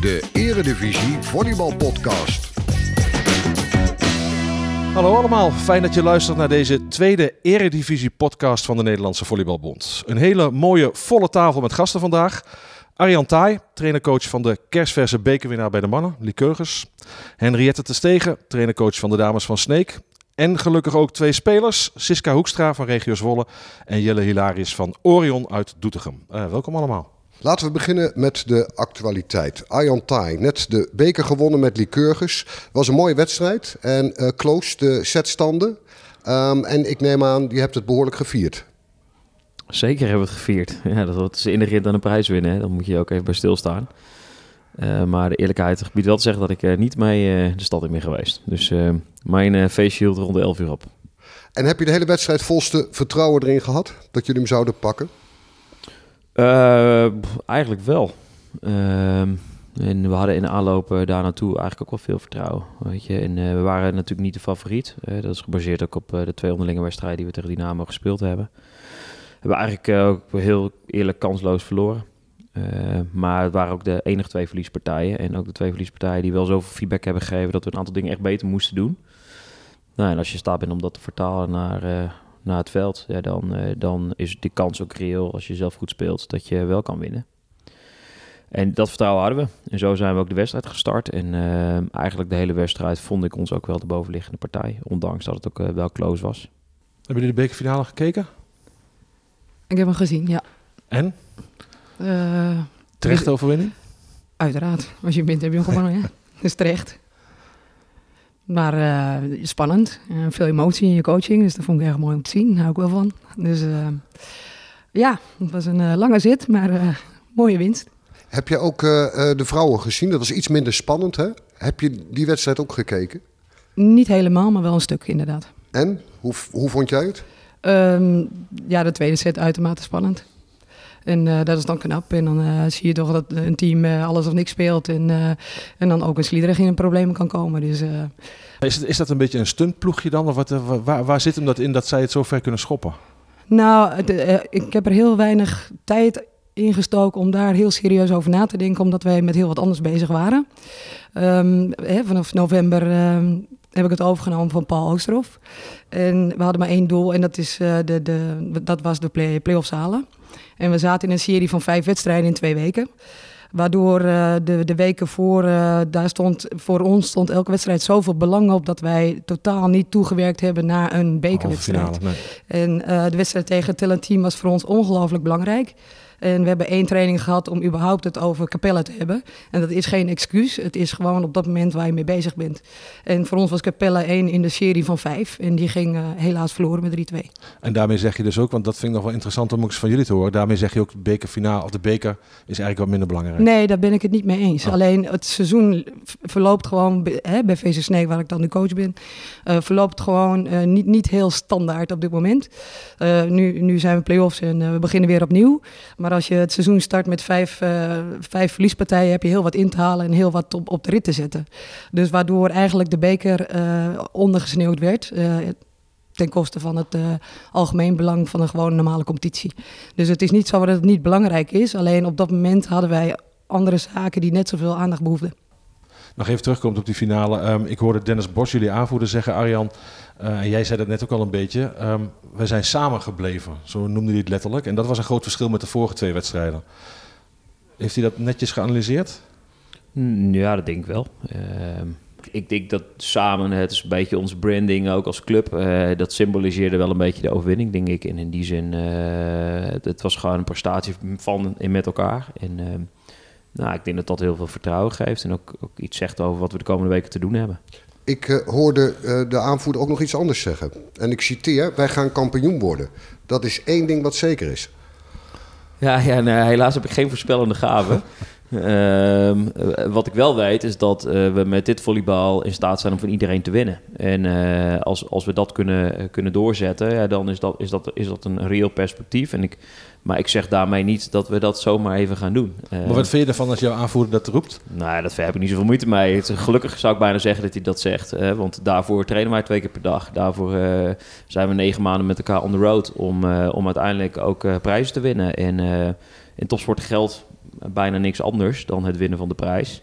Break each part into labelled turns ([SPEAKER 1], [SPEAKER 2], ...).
[SPEAKER 1] de Eredivisie Volleybalpodcast.
[SPEAKER 2] Hallo allemaal, fijn dat je luistert naar deze tweede Eredivisie-podcast van de Nederlandse Volleybalbond. Een hele mooie, volle tafel met gasten vandaag. Arjan Taaij, trainercoach van de kerstverse bekerwinnaar bij de mannen, Lycurgus. Henriette Terstegen, trainercoach van de dames van Sneek. En gelukkig ook twee spelers, Siska Hoekstra van Regio Zwolle en Jelle Hilarius van Orion uit Doetinchem. Welkom allemaal.
[SPEAKER 1] Laten we beginnen met de actualiteit. Arjan Taaij, net de beker gewonnen met Lycurgus. Was een mooie wedstrijd en close de setstanden. En ik neem aan, je hebt het behoorlijk gevierd.
[SPEAKER 3] Zeker hebben we het gevierd. Ja, dat is inherent aan een prijs winnen. Hè. Dan moet je ook even bij stilstaan. Maar de eerlijkheid biedt wel te zeggen dat ik niet mee de stad in ben geweest. Dus mijn feestje hield rond de 11 uur op.
[SPEAKER 1] En heb je de hele wedstrijd volste vertrouwen erin gehad dat jullie hem zouden pakken?
[SPEAKER 3] Eigenlijk wel. En we hadden in de aanloop daar naartoe eigenlijk ook wel veel vertrouwen. Weet je. En we waren natuurlijk niet de favoriet. Dat is gebaseerd ook op de twee onderlinge wedstrijden die we tegen Dynamo gespeeld hebben. We hebben eigenlijk ook heel eerlijk kansloos verloren. Maar het waren ook de enige twee verliespartijen. En ook de twee verliespartijen die wel zoveel feedback hebben gegeven dat we een aantal dingen echt beter moesten doen. Nou, en als je in staat bent om dat te vertalen naar het veld, ja, dan is die kans ook reëel als je zelf goed speelt dat je wel kan winnen. En dat vertrouwen hadden we. En zo zijn we ook de wedstrijd gestart. En eigenlijk de hele wedstrijd vond ik ons ook wel de bovenliggende partij. Ondanks dat het ook wel close was.
[SPEAKER 2] Hebben jullie de bekerfinale gekeken?
[SPEAKER 4] Ik heb hem gezien, ja.
[SPEAKER 2] En? Terechte overwinning?
[SPEAKER 4] Uiteraard. Als je wint heb je hem gewonnen, ja. Dat is terecht. Maar spannend. Veel emotie in je coaching. Dus dat vond ik erg mooi om te zien. Daar hou ik wel van. Dus ja, het was een lange zit, maar mooie winst.
[SPEAKER 1] Heb je ook de vrouwen gezien? Dat was iets minder spannend, hè? Heb je die wedstrijd ook gekeken?
[SPEAKER 4] Niet helemaal, maar wel een stuk inderdaad.
[SPEAKER 1] En? Hoe vond jij het?
[SPEAKER 4] Ja, de tweede set uitermate spannend. En dat is dan knap. En dan zie je toch dat een team alles of niks speelt. En dan ook een Sliedrecht in een probleem kan komen. Dus,
[SPEAKER 2] Is dat een beetje een stuntploegje dan? Of waar zit hem dat in dat zij het zo ver kunnen schoppen?
[SPEAKER 4] Nou, ik heb er heel weinig tijd ingestoken om daar heel serieus over na te denken. Omdat wij met heel wat anders bezig waren. Vanaf november heb ik het overgenomen van Paul Oosterhoff. En we hadden maar één doel en dat was de play-offs halen. En we zaten in een serie van 5 wedstrijden in 2 weken. Waardoor de weken voor ons stond elke wedstrijd zoveel belang op dat wij totaal niet toegewerkt hebben naar een bekerwedstrijd.
[SPEAKER 2] Nee.
[SPEAKER 4] En de wedstrijd tegen het Talent Team was voor ons ongelooflijk belangrijk. En we hebben 1 training gehad om überhaupt het over Capelle te hebben. En dat is geen excuus. Het is gewoon op dat moment waar je mee bezig bent. En voor ons was Capelle 1 in de serie van 5. En die ging helaas verloren met 3-2.
[SPEAKER 2] En daarmee zeg je dus ook, want dat vind ik nog wel interessant om ook eens van jullie te horen. Daarmee zeg je ook de bekerfinale of de beker is eigenlijk wat minder belangrijk.
[SPEAKER 4] Nee, daar ben ik het niet mee eens. Alleen het seizoen verloopt gewoon, bij VC Sneek, waar ik dan de coach ben, verloopt gewoon niet heel standaard op dit moment. Nu zijn we play-offs en we beginnen weer opnieuw. Maar als je het seizoen start met 5 verliespartijen, heb je heel wat in te halen en heel wat op de rit te zetten. Dus waardoor eigenlijk de beker ondergesneeuwd werd. Ten koste van het algemeen belang van een gewoon normale competitie. Dus het is niet zo dat het niet belangrijk is. Alleen op dat moment hadden wij andere zaken die net zoveel aandacht behoefden.
[SPEAKER 2] Nog even terugkomt op die finale. Ik hoorde Dennis Bos, jullie aanvoerder, zeggen, Arjan, en jij zei dat net ook al een beetje, wij zijn samengebleven. Zo noemde hij het letterlijk. En dat was een groot verschil met de vorige 2 wedstrijden. Heeft hij dat netjes geanalyseerd?
[SPEAKER 3] Ja, dat denk ik wel. Ik denk dat samen, het is een beetje onze branding ook als club. Dat symboliseerde wel een beetje de overwinning, denk ik. En in die zin, het was gewoon een prestatie van en met elkaar. En ik denk dat dat heel veel vertrouwen geeft. En ook iets zegt over wat we de komende weken te doen hebben.
[SPEAKER 1] Ik hoorde de aanvoerder ook nog iets anders zeggen. En ik citeer, wij gaan kampioen worden. Dat is 1 ding wat zeker is.
[SPEAKER 3] Ja, helaas heb ik geen voorspellende gave. Wat ik wel weet is dat we met dit volleybal in staat zijn om van iedereen te winnen. En als we dat kunnen doorzetten, ja, dan is dat een reëel perspectief. Maar ik zeg daarmee niet dat we dat zomaar even gaan doen.
[SPEAKER 2] Maar wat vind je ervan als jouw aanvoerder dat roept?
[SPEAKER 3] Nou, dat heb ik niet zoveel moeite mee. Gelukkig zou ik bijna zeggen dat hij dat zegt. Want daarvoor trainen wij 2 keer per dag. Daarvoor zijn we 9 maanden met elkaar on the road om uiteindelijk ook prijzen te winnen. En in topsport geldt bijna niks anders dan het winnen van de prijs.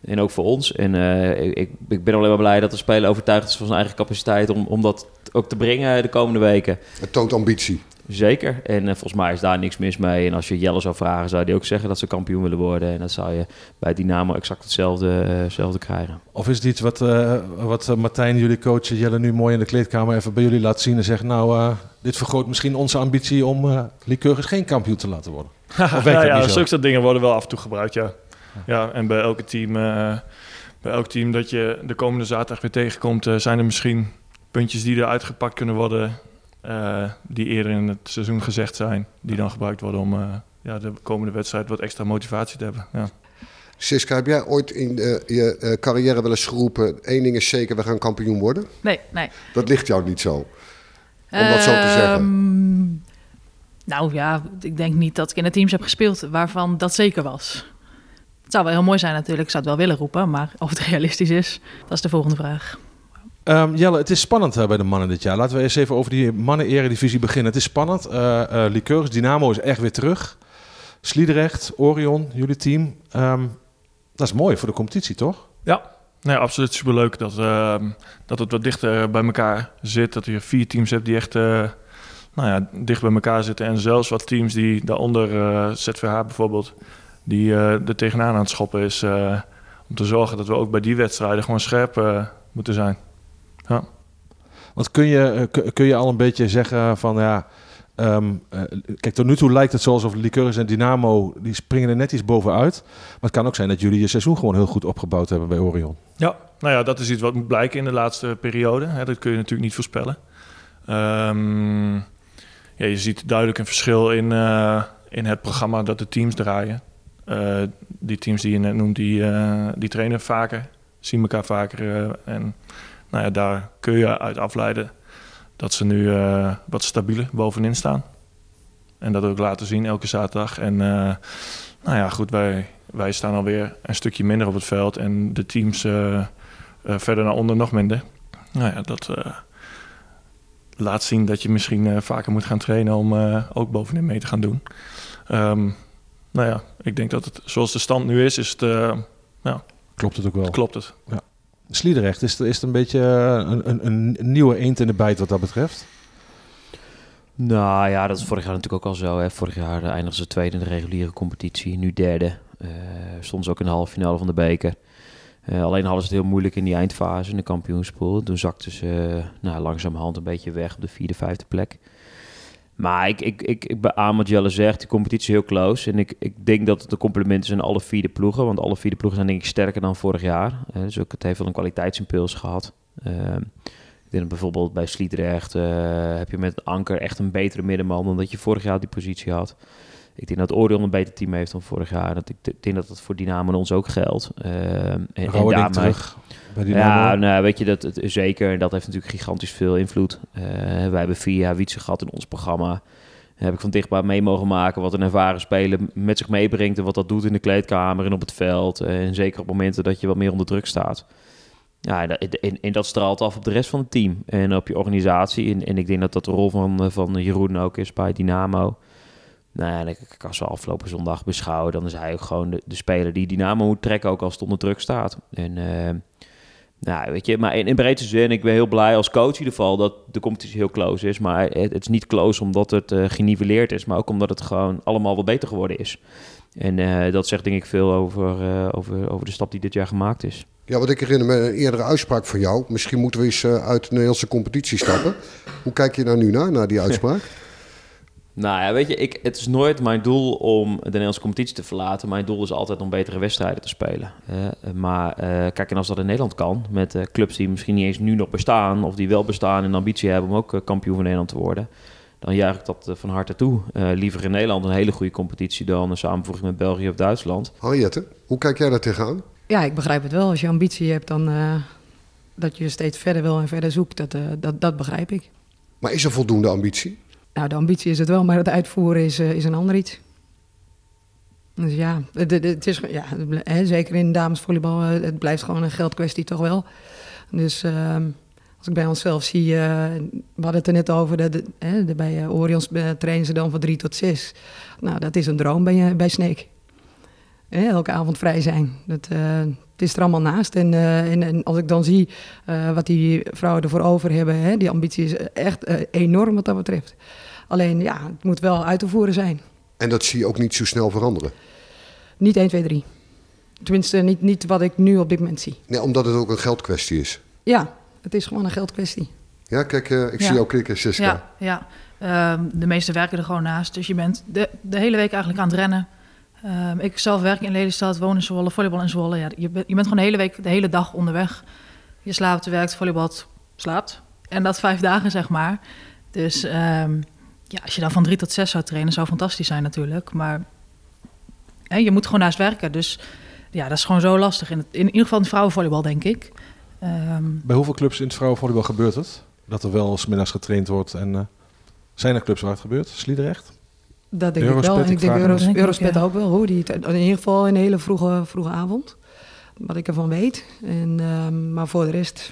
[SPEAKER 3] En ook voor ons. En ik ben alleen maar blij dat de speler overtuigd is van zijn eigen capaciteit om dat ook te brengen de komende weken.
[SPEAKER 1] Het toont ambitie.
[SPEAKER 3] Zeker. En volgens mij is daar niks mis mee. En als je Jelle zou vragen, zou hij ook zeggen dat ze kampioen willen worden. En dat zou je bij Dynamo exact hetzelfde krijgen.
[SPEAKER 2] Of is het iets wat Martijn, jullie coach, Jelle nu mooi in de kleedkamer even bij jullie laat zien en zegt, dit vergroot misschien onze ambitie om Lycurgus geen kampioen te laten worden? Of werkt dat niet zo?
[SPEAKER 5] Zulke soort dingen worden wel af en toe gebruikt, ja. En bij elk team dat je de komende zaterdag weer tegenkomt, zijn er misschien puntjes die eruit gepakt kunnen worden, die eerder in het seizoen gezegd zijn, die dan gebruikt worden om de komende wedstrijd wat extra motivatie te hebben. Ja.
[SPEAKER 1] Siska, heb jij ooit in je carrière wel eens geroepen, 1 ding is zeker, we gaan kampioen worden?
[SPEAKER 6] Nee.
[SPEAKER 1] Dat ligt jou niet zo, om dat zo te zeggen.
[SPEAKER 6] Nou ja, ik denk niet dat ik in de teams heb gespeeld waarvan dat zeker was. Het zou wel heel mooi zijn natuurlijk, ik zou het wel willen roepen, maar of het realistisch is, dat is de volgende vraag.
[SPEAKER 2] Jelle, het is spannend bij de mannen dit jaar. Laten we eens even over die mannen-eredivisie beginnen. Het is spannend. Lycurgus, Dynamo is echt weer terug. Sliedrecht, Orion, jullie team. Dat is mooi voor de competitie, toch?
[SPEAKER 5] Ja, nee, absoluut superleuk dat het wat dichter bij elkaar zit. Dat je 4 teams hebt die echt dicht bij elkaar zitten. En zelfs wat teams die daaronder, ZVH bijvoorbeeld, die er tegenaan aan het schoppen is. Om te zorgen dat we ook bij die wedstrijden gewoon scherp moeten zijn. Ja.
[SPEAKER 2] Want kun je al een beetje zeggen van kijk, tot nu toe lijkt het zo alsof Lycurgus en Dynamo, die springen er net iets bovenuit. Maar het kan ook zijn dat jullie je seizoen gewoon heel goed opgebouwd hebben bij Orion.
[SPEAKER 5] Ja, nou ja, dat is iets wat moet blijken in de laatste periode. Dat kun je natuurlijk niet voorspellen. Je ziet duidelijk een verschil in het programma dat de teams draaien. Die teams die je net noemt, die trainen vaker, zien elkaar vaker. En daar kun je uit afleiden dat ze nu wat stabieler bovenin staan. En dat ook laten zien elke zaterdag. En goed, wij staan alweer een stukje minder op het veld. En de teams verder naar onder nog minder. Dat laat zien dat je misschien vaker moet gaan trainen om ook bovenin mee te gaan doen. Ik denk dat het zoals de stand nu is het...
[SPEAKER 2] Klopt het ook wel?
[SPEAKER 5] Klopt het.
[SPEAKER 2] Ja. Sliedrecht, is het een beetje een nieuwe eend in de bijt wat dat betreft?
[SPEAKER 3] Nou ja, dat is vorig jaar natuurlijk ook al zo. Hè. Vorig jaar eindigden ze tweede in de reguliere competitie, nu derde. Stonden ze ook in de halve finale van de beker. Alleen hadden ze het heel moeilijk in die eindfase, in de kampioenspool. Toen zakten ze langzamerhand een beetje weg op de 4e, 5e plek. Maar ik beaam wat Jelle zegt, die competitie is heel close. En ik denk dat het een compliment is aan alle 4 ploegen. Want alle 4 ploegen zijn denk ik sterker dan vorig jaar. Dus ook, het heeft wel een kwaliteitsimpuls gehad. Ik denk dat bijvoorbeeld bij Sliedrecht heb je met Anker echt een betere middenman dan dat je vorig jaar die positie had. Ik denk dat Orion een beter team heeft dan vorig jaar. Ik denk dat dat voor Dynamo en ons ook geldt. En daarmee
[SPEAKER 2] terug bij Dynamo.
[SPEAKER 3] Ja, weet je, dat zeker. En dat heeft natuurlijk gigantisch veel invloed. Wij hebben 4 jaar Wietse gehad in ons programma. Heb ik van dichtbij mee mogen maken wat een ervaren speler met zich meebrengt en wat dat doet in de kleedkamer en op het veld. En zeker op momenten dat je wat meer onder druk staat. Ja, en dat straalt af op de rest van het team en op je organisatie. En ik denk dat dat de rol van Jeroen ook is bij Dynamo. Als we afgelopen zondag beschouwen, dan is hij ook gewoon de speler die Dynamo moet trekken, ook als het onder druk staat. En weet je, maar in breedste zin, ik ben heel blij als coach in ieder geval dat de competitie heel close is. Maar het is niet close omdat het geniveleerd is, maar ook omdat het gewoon allemaal wat beter geworden is. En dat zegt denk ik veel over de stap die dit jaar gemaakt is.
[SPEAKER 1] Ja, wat ik herinner me een eerdere uitspraak van jou. Misschien moeten we eens uit de Nederlandse competitie stappen. Hoe kijk je daar nu naar die uitspraak?
[SPEAKER 3] Nou ja, weet je, het is nooit mijn doel om de Nederlandse competitie te verlaten. Mijn doel is altijd om betere wedstrijden te spelen. Maar kijk, en als dat in Nederland kan, met clubs die misschien niet eens nu nog bestaan, of die wel bestaan en de ambitie hebben om ook kampioen van Nederland te worden, dan juich ik dat van harte toe. Liever in Nederland een hele goede competitie dan een samenvoeging met België of Duitsland.
[SPEAKER 1] Henriette, hoe kijk jij daar tegenaan?
[SPEAKER 4] Ja, ik begrijp het wel. Als je ambitie hebt, dan dat je steeds verder wil en verder zoekt, dat begrijp ik.
[SPEAKER 1] Maar is er voldoende ambitie?
[SPEAKER 4] Nou, de ambitie is het wel, maar het uitvoeren is een ander iets. Dus ja, het is, zeker in damesvolleybal, het blijft gewoon een geldkwestie toch wel. Dus als ik bij onszelf zie, we hadden het er net over, bij Orions trainen ze dan van 3 tot 6. Nou, dat is een droom bij Sneek. Elke avond vrij zijn. het is er allemaal naast. En als ik dan zie wat die vrouwen ervoor over hebben, hè, die ambitie is echt enorm wat dat betreft. Alleen ja, het moet wel uit te voeren zijn.
[SPEAKER 1] En dat zie je ook niet zo snel veranderen?
[SPEAKER 4] Niet 1, 2, 3. Tenminste, niet wat ik nu op dit moment zie.
[SPEAKER 1] Nee, omdat het ook een geldkwestie is.
[SPEAKER 4] Ja, het is gewoon een geldkwestie.
[SPEAKER 1] Ja, kijk, ik zie jou klikken, Siska.
[SPEAKER 6] Ja. De meesten werken er gewoon naast. Dus je bent de hele week eigenlijk aan het rennen. Ik zelf werk in Lelystad, woon in Zwolle, volleybal in Zwolle. Ja, je bent gewoon de hele week, de hele dag onderweg. Je slaapt, werkt, volleybalt, slaapt. En dat 5 dagen, zeg maar. Dus als je dan van 3 tot 6 zou trainen, zou fantastisch zijn natuurlijk. Maar je moet gewoon naast werken. Dus ja, dat is gewoon zo lastig. In ieder geval in het vrouwenvolleybal, denk ik.
[SPEAKER 2] Bij hoeveel clubs in het vrouwenvolleybal gebeurt het? Dat er wel 's middags getraind wordt. En zijn er clubs waar het gebeurt? Sliedrecht?
[SPEAKER 4] Dat denk
[SPEAKER 2] Eurospet,
[SPEAKER 4] ik wel. En ik denk Eurospet
[SPEAKER 6] ja.
[SPEAKER 4] ook wel. Hoor. In ieder geval in een hele vroege avond. Wat ik ervan weet. Maar voor de rest,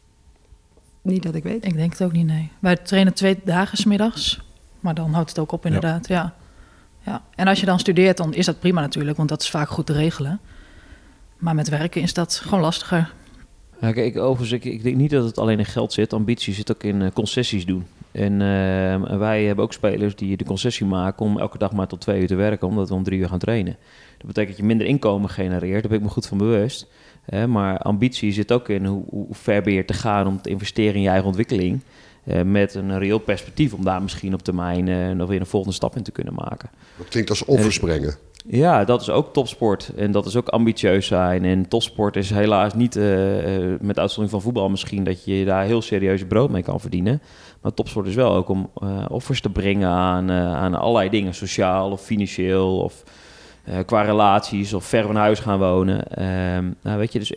[SPEAKER 4] niet dat ik weet.
[SPEAKER 6] Ik denk het ook niet, nee. Wij trainen 2 dagen 's middags. Maar dan houdt het ook op, inderdaad. Ja. En als je dan studeert, dan is dat prima natuurlijk. Want dat is vaak goed te regelen. Maar met werken is dat gewoon lastiger.
[SPEAKER 3] Ja, kijk, overigens, ik denk niet dat het alleen in geld zit. Ambitie zit ook in concessies doen. En wij hebben ook spelers die de concessie maken om elke dag maar tot 2 uur te werken, omdat we om 3 uur gaan trainen. Dat betekent dat je minder inkomen genereert, daar ben ik me goed van bewust. Maar ambitie zit ook in hoe ver ben je te gaan om te investeren in je eigen ontwikkeling. Met een reëel perspectief om daar misschien op termijn nog weer een volgende stap in te kunnen maken.
[SPEAKER 1] Dat klinkt als offers brengen.
[SPEAKER 3] Ja, dat is ook topsport en dat is ook ambitieus zijn. En topsport is helaas niet, met uitzondering van voetbal misschien, dat je daar heel serieus je brood mee kan verdienen. Maar topsport is wel ook om offers te brengen aan allerlei dingen, sociaal of financieel of qua relaties of ver van huis gaan wonen. Weet je, dus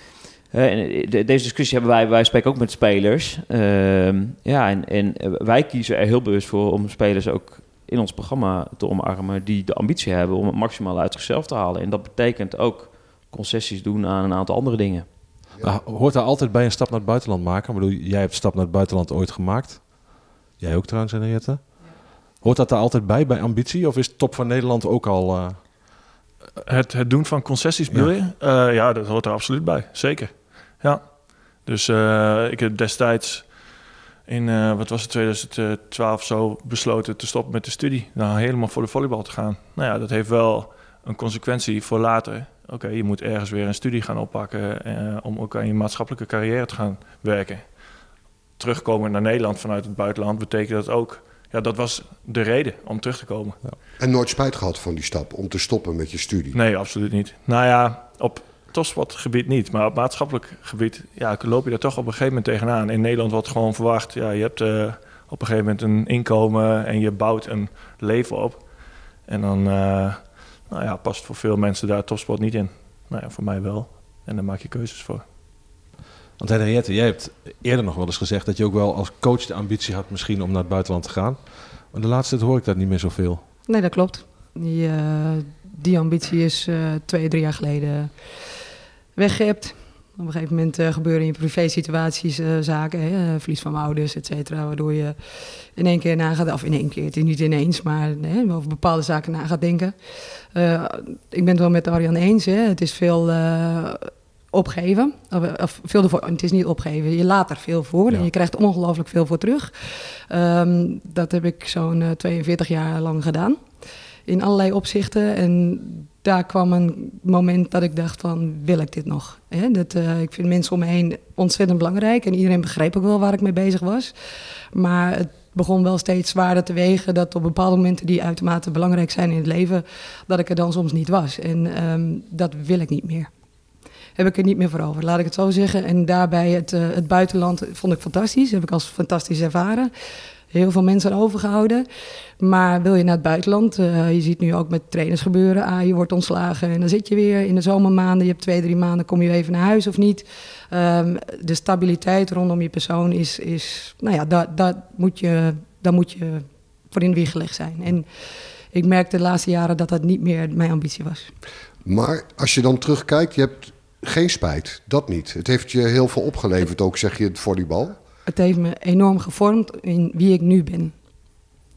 [SPEAKER 3] deze discussie hebben wij spreken ook met spelers. En wij kiezen er heel bewust voor om spelers ook in ons programma te omarmen die de ambitie hebben om het maximaal uit zichzelf te halen. En dat betekent ook concessies doen aan een aantal andere dingen.
[SPEAKER 2] Ja. Hoort daar altijd bij een stap naar het buitenland maken? Ik bedoel, jij hebt de stap naar het buitenland ooit gemaakt. Jij ook trouwens, Henriette. Hoort dat daar altijd bij ambitie? Of is top van Nederland ook al...
[SPEAKER 5] Het doen van concessies bedoel je? Ja, dat hoort er absoluut bij. Zeker. Ja. Dus ik heb destijds in 2012 zo besloten te stoppen met de studie. Nou, helemaal voor de volleybal te gaan. Nou ja, dat heeft wel een consequentie voor later. Oké, je moet ergens weer een studie gaan oppakken om ook aan je maatschappelijke carrière te gaan werken. Terugkomen naar Nederland vanuit het buitenland betekent dat ook. Ja, dat was de reden om terug te komen.
[SPEAKER 2] Ja.
[SPEAKER 1] En nooit spijt gehad van die stap om te stoppen met je studie?
[SPEAKER 5] Nee, absoluut niet. Nou ja, op topsportgebied niet, maar op maatschappelijk gebied loop je daar toch op een gegeven moment tegenaan. In Nederland wordt gewoon verwacht, je hebt op een gegeven moment een inkomen en je bouwt een leven op. En dan past voor veel mensen daar topsport niet in. Nou ja, voor mij wel. En daar maak je keuzes voor.
[SPEAKER 2] Want Henriette, jij hebt eerder nog wel eens gezegd dat je ook wel als coach de ambitie had misschien om naar het buitenland te gaan. Maar de laatste tijd hoor ik dat niet meer zoveel.
[SPEAKER 4] Nee, dat klopt. Die ambitie is 2, 3 jaar geleden weggeëpt. Op een gegeven moment gebeuren in privé-situaties zaken, verlies van mijn ouders, et cetera, waardoor je in één keer nagaat, of in één keer, het is niet ineens, maar over bepaalde zaken na gaat denken. Ik ben het wel met Arjan eens, het is veel opgeven, of veel ervoor, het is niet opgeven, je laat er veel voor en je krijgt ongelooflijk veel voor terug. Dat heb ik zo'n 42 jaar lang gedaan, in allerlei opzichten. En daar kwam een moment dat ik dacht van, wil ik dit nog? Ik vind mensen om me heen ontzettend belangrijk en iedereen begreep ook wel waar ik mee bezig was. Maar het begon wel steeds zwaarder te wegen dat op bepaalde momenten die uitermate belangrijk zijn in het leven, dat ik er dan soms niet was. En dat wil ik niet meer. Heb ik er niet meer voor over, laat ik het zo zeggen. En daarbij het buitenland vond ik fantastisch, heb ik als fantastisch ervaren. Heel veel mensen aan overgehouden. Maar wil je naar het buitenland, je ziet nu ook met trainers gebeuren. Je wordt ontslagen en dan zit je weer in de zomermaanden. Je hebt 2, 3 maanden, kom je even naar huis of niet. De stabiliteit rondom je persoon is daar moet je voor in de wieg gelegd zijn. En ik merkte de laatste jaren dat dat niet meer mijn ambitie was.
[SPEAKER 1] Maar als je dan terugkijkt, je hebt geen spijt, dat niet. Het heeft je heel veel opgeleverd ook, zeg je, het volleybal.
[SPEAKER 4] Het heeft me enorm gevormd in wie ik nu ben.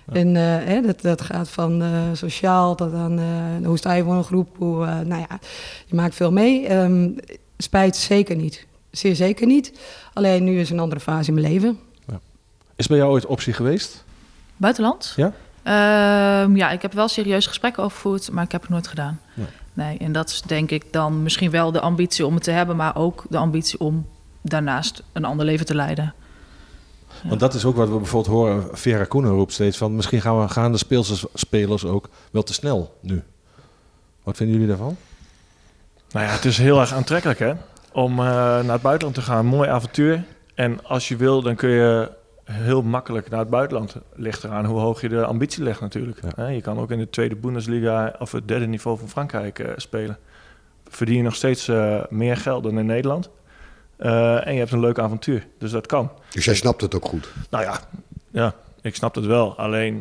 [SPEAKER 5] Ja.
[SPEAKER 4] En dat gaat van sociaal tot aan hoe sta je voor een groep. Je maakt veel mee. Spijt zeker niet. Zeer zeker niet. Alleen nu is een andere fase in mijn leven.
[SPEAKER 2] Ja. Is bij jou ooit optie geweest?
[SPEAKER 6] Buitenland?
[SPEAKER 2] Ja?
[SPEAKER 6] Ja, ik heb wel serieus gesprekken over gevoerd, maar ik heb het nooit gedaan. Nee, en dat is denk ik dan misschien wel de ambitie om het te hebben, maar ook de ambitie om daarnaast een ander leven te leiden. Ja.
[SPEAKER 2] Want dat is ook wat we bijvoorbeeld horen. Vera Koenen roept steeds van misschien gaan de spelers ook wel te snel nu. Wat vinden jullie daarvan?
[SPEAKER 5] Nou ja, het is heel erg aantrekkelijk hè, om naar het buitenland te gaan. Een mooi avontuur. En als je wil, dan kun je heel makkelijk naar het buitenland. Ligt eraan hoe hoog je de ambitie legt natuurlijk.
[SPEAKER 2] Ja.
[SPEAKER 5] Je kan ook in de tweede Bundesliga of het derde niveau van Frankrijk spelen. Verdien je nog steeds meer geld dan in Nederland. En je hebt een leuk avontuur. Dus dat kan.
[SPEAKER 1] Dus jij snapt het ook goed?
[SPEAKER 5] Nou ja, ik snap het wel. Alleen,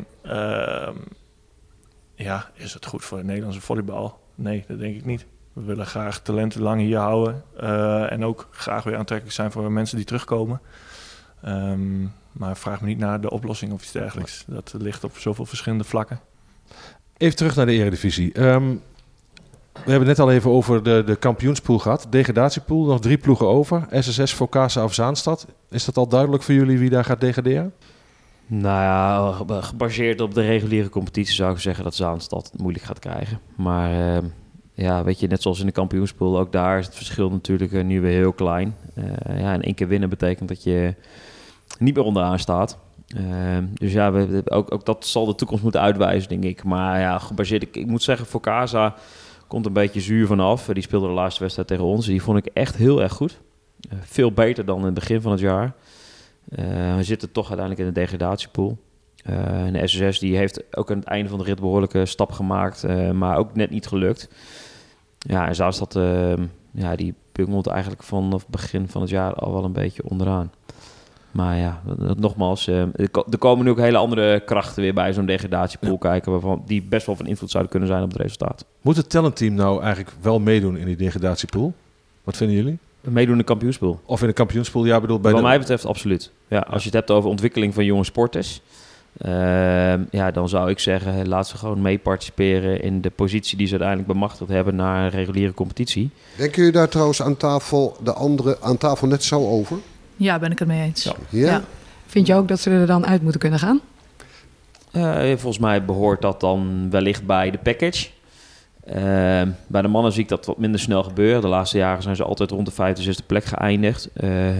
[SPEAKER 5] is het goed voor het Nederlandse volleybal? Nee, dat denk ik niet. We willen graag talenten lang hier houden. En ook graag weer aantrekkelijk zijn voor mensen die terugkomen. Maar vraag me niet naar de oplossing of iets dergelijks. Dat ligt op zoveel verschillende vlakken.
[SPEAKER 2] Even terug naar de Eredivisie. We hebben het net al even over de kampioenspool gehad. Degradatiepool, nog 3 ploegen over. SSS, Focasa of Zaanstad. Is dat al duidelijk voor jullie wie daar gaat degraderen?
[SPEAKER 3] Nou ja, gebaseerd op de reguliere competitie zou ik zeggen dat Zaanstad het moeilijk gaat krijgen. Maar weet je, net zoals in de kampioenspool, ook daar is het verschil natuurlijk nu weer heel klein. En 1 keer winnen betekent dat je niet meer onderaan staat. Dus ja, ook dat zal de toekomst moeten uitwijzen, denk ik. Maar ja, gebaseerd, ik moet zeggen, Focasa komt een beetje zuur vanaf. Die speelde de laatste wedstrijd tegen ons. Die vond ik echt heel erg goed. Veel beter dan in het begin van het jaar. We zitten toch uiteindelijk in de degradatiepool. En de SSS die heeft ook aan het einde van de rit behoorlijke stap gemaakt. Maar ook net niet gelukt. Ja, en Zaanstad die bungelt eigenlijk vanaf het begin van het jaar al wel een beetje onderaan. Maar ja, nogmaals, er komen nu ook hele andere krachten weer bij zo'n degradatiepool kijken, waarvan die best wel van invloed zouden kunnen zijn op het resultaat.
[SPEAKER 2] Moet het talentteam nou eigenlijk wel meedoen in die degradatiepool? Wat vinden jullie?
[SPEAKER 3] Meedoen in de kampioenspool.
[SPEAKER 2] Of in de kampioenspool, ja, bedoel
[SPEAKER 3] Wat mij betreft absoluut. Ja, als je het hebt over ontwikkeling van jonge sporters, dan zou ik zeggen, laat ze gewoon mee participeren in de positie die ze uiteindelijk bemachtigd hebben naar een reguliere competitie.
[SPEAKER 1] Denken jullie daar trouwens aan tafel net zo over?
[SPEAKER 6] Ja, ben ik het mee eens.
[SPEAKER 1] Ja?
[SPEAKER 4] Vind je ook dat ze er dan uit moeten kunnen gaan?
[SPEAKER 3] Volgens mij behoort dat dan wellicht bij de package. Bij de mannen zie ik dat wat minder snel gebeuren. De laatste jaren zijn ze altijd rond de 5e, 6e plek geëindigd.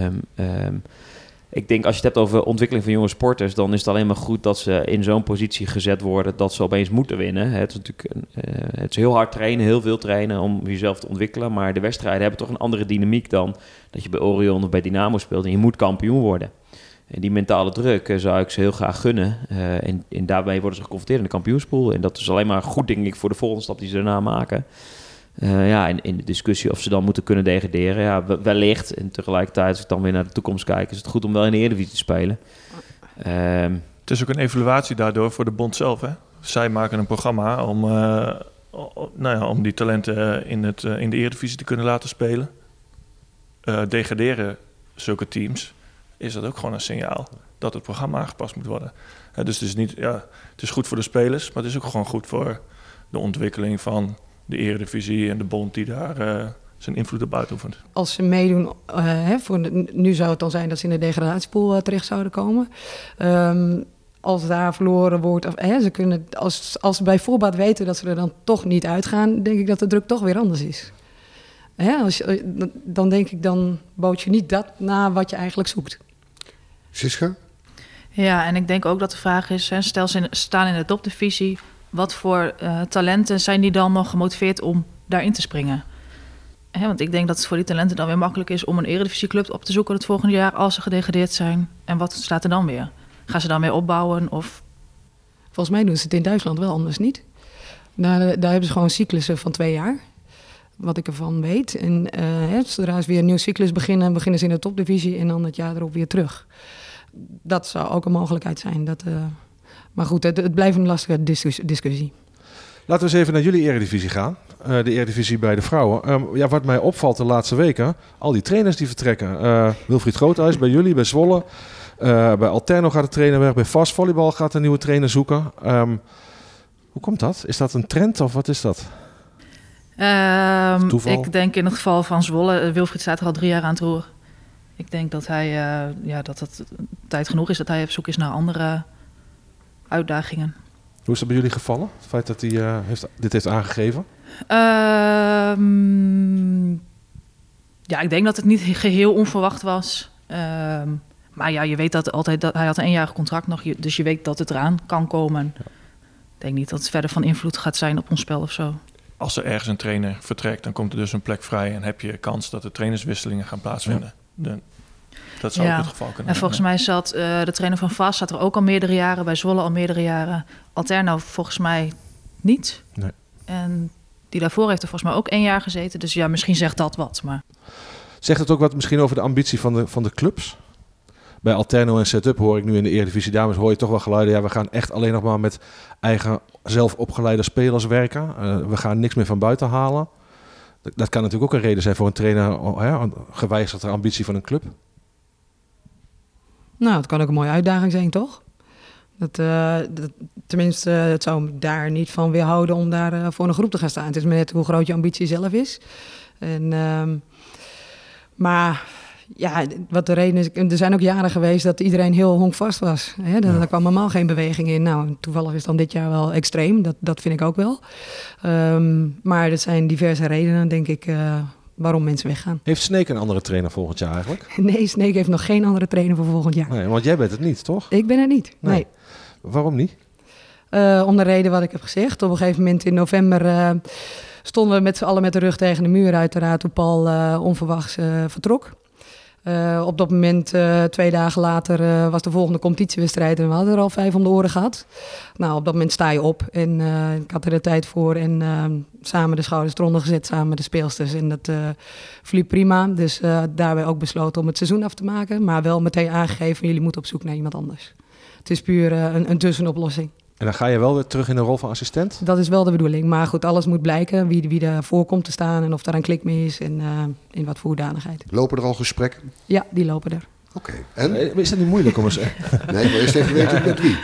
[SPEAKER 3] Ik denk als je het hebt over ontwikkeling van jonge sporters, dan is het alleen maar goed dat ze in zo'n positie gezet worden dat ze opeens moeten winnen. Het is natuurlijk het is heel hard trainen, heel veel trainen om jezelf te ontwikkelen. Maar de wedstrijden hebben toch een andere dynamiek dan dat je bij Orion of bij Dynamo speelt. En je moet kampioen worden. En die mentale druk zou ik ze heel graag gunnen. En daarbij worden ze geconfronteerd in de kampioenspool. En dat is alleen maar goed, denk ik, voor de volgende stap die ze daarna maken. In de discussie of ze dan moeten kunnen degraderen. Ja, wellicht. En tegelijkertijd, als ik dan weer naar de toekomst kijk, is het goed om wel in de Eredivisie te spelen.
[SPEAKER 5] Het is ook een evaluatie daardoor voor de bond zelf. Hè? Zij maken een programma om die talenten in de Eredivisie te kunnen laten spelen. Degraderen zulke teams, is dat ook gewoon een signaal dat het programma aangepast moet worden. Dus het is goed voor de spelers, maar het is ook gewoon goed voor de ontwikkeling van de Eredivisie en de bond die daar zijn invloed op uitoefent.
[SPEAKER 4] Als ze meedoen, nu zou het dan zijn dat ze in de degradatiepool terecht zouden komen. Als daar verloren wordt, ze kunnen, als ze bij voorbaat weten dat ze er dan toch niet uitgaan, denk ik dat de druk toch weer anders is. Dan denk ik, dan bood je niet dat na wat je eigenlijk zoekt.
[SPEAKER 1] Siska?
[SPEAKER 6] Ja, en ik denk ook dat de vraag is, stel ze staan in de topdivisie, wat voor talenten zijn die dan nog gemotiveerd om daarin te springen? Want ik denk dat het voor die talenten dan weer makkelijk is om een eredivisieclub op te zoeken het volgende jaar als ze gedegradeerd zijn. En wat staat er dan weer? Gaan ze dan weer opbouwen? Of?
[SPEAKER 4] Volgens mij doen ze het in Duitsland wel anders niet. Daar hebben ze gewoon cyclussen van 2 jaar. Wat ik ervan weet. En zodra ze weer een nieuw cyclus beginnen ze in de topdivisie en dan het jaar erop weer terug. Dat zou ook een mogelijkheid zijn. Maar goed, het blijft een lastige discussie.
[SPEAKER 2] Laten we eens even naar jullie Eredivisie gaan. De Eredivisie bij de vrouwen. Wat mij opvalt de laatste weken, al die trainers die vertrekken. Wilfried Groothuis bij jullie, bij Zwolle. Bij Alterno gaat de trainer weg. Bij Fast Volleybal gaat een nieuwe trainer zoeken. Hoe komt dat? Is dat een trend of wat is dat?
[SPEAKER 6] Ik denk in het geval van Zwolle, Wilfried staat er al 3 jaar aan het roer. Ik denk dat hij, dat het tijd genoeg is dat hij op zoek is naar andere uitdagingen.
[SPEAKER 2] Hoe is dat bij jullie gevallen? Het feit dat hij dit heeft aangegeven?
[SPEAKER 6] Ik denk dat het niet geheel onverwacht was. Maar ja, je weet dat altijd dat hij had een 1-jarig contract nog, dus je weet dat het eraan kan komen. Ja. Ik denk niet dat het verder van invloed gaat zijn op ons spel of zo. Als er ergens een trainer vertrekt, dan komt er dus een plek vrij en heb je kans dat er trainerswisselingen gaan plaatsvinden. Ja. Dat zou ook het geval kunnen zijn. En volgens mij zat de trainer van Vast zat er ook al meerdere jaren, bij Zwolle al meerdere jaren. Alterno volgens mij niet. Nee. En die daarvoor heeft er volgens mij ook 1 jaar gezeten. Dus ja, misschien zegt dat wat. Maar...
[SPEAKER 2] Zegt het ook wat misschien over de ambitie van de clubs? Bij Alterno en Setup hoor ik nu in de Eredivisie Dames hoor je toch wel geluiden. Ja, we gaan echt alleen nog maar met eigen zelf opgeleide spelers werken. We gaan niks meer van buiten halen. Dat kan natuurlijk ook een reden zijn voor een trainer, gewijzigde ambitie van een club.
[SPEAKER 4] Nou, het kan ook een mooie uitdaging zijn, toch? Tenminste, het zou me daar niet van weerhouden om daar voor een groep te gaan staan. Het is maar net hoe groot je ambitie zelf is. Maar ja, wat de reden is, er zijn ook jaren geweest dat iedereen heel honkvast was. Hè? Daar kwam normaal geen beweging in. Nou, toevallig is dan dit jaar wel extreem. Dat vind ik ook wel. Maar er zijn diverse redenen, denk ik, waarom mensen weggaan.
[SPEAKER 2] Heeft Sneek een andere trainer volgend jaar eigenlijk?
[SPEAKER 4] Nee, Sneek heeft nog geen andere trainer voor volgend jaar.
[SPEAKER 2] Nee, want jij bent het niet, toch?
[SPEAKER 4] Ik ben het niet, nee.
[SPEAKER 2] Waarom niet?
[SPEAKER 4] Om de reden wat ik heb gezegd. Op een gegeven moment in november stonden we met z'n allen met de rug tegen de muur uiteraard toen Paul onverwachts vertrok. Op dat moment, 2 dagen later, was de volgende competitiewedstrijd en we hadden er al 5 om de oren gehad. Nou, op dat moment sta je op en ik had er de tijd voor en samen de schouders eronder gezet, samen met de speelsters. En dat verliep prima, dus daarbij ook besloten om het seizoen af te maken, maar wel meteen aangegeven, jullie moeten op zoek naar iemand anders. Het is puur een tussenoplossing.
[SPEAKER 2] En dan ga je wel weer terug in de rol van assistent?
[SPEAKER 4] Dat is wel de bedoeling. Maar goed, alles moet blijken. Wie er voor komt te staan en of daar een klik mee is en in wat voor hoedanigheid.
[SPEAKER 1] Lopen er al gesprekken?
[SPEAKER 4] Ja, die lopen er.
[SPEAKER 1] Oké. En?
[SPEAKER 2] Is dat niet moeilijk om eens...
[SPEAKER 1] Nee, maar eerst even weten met wie.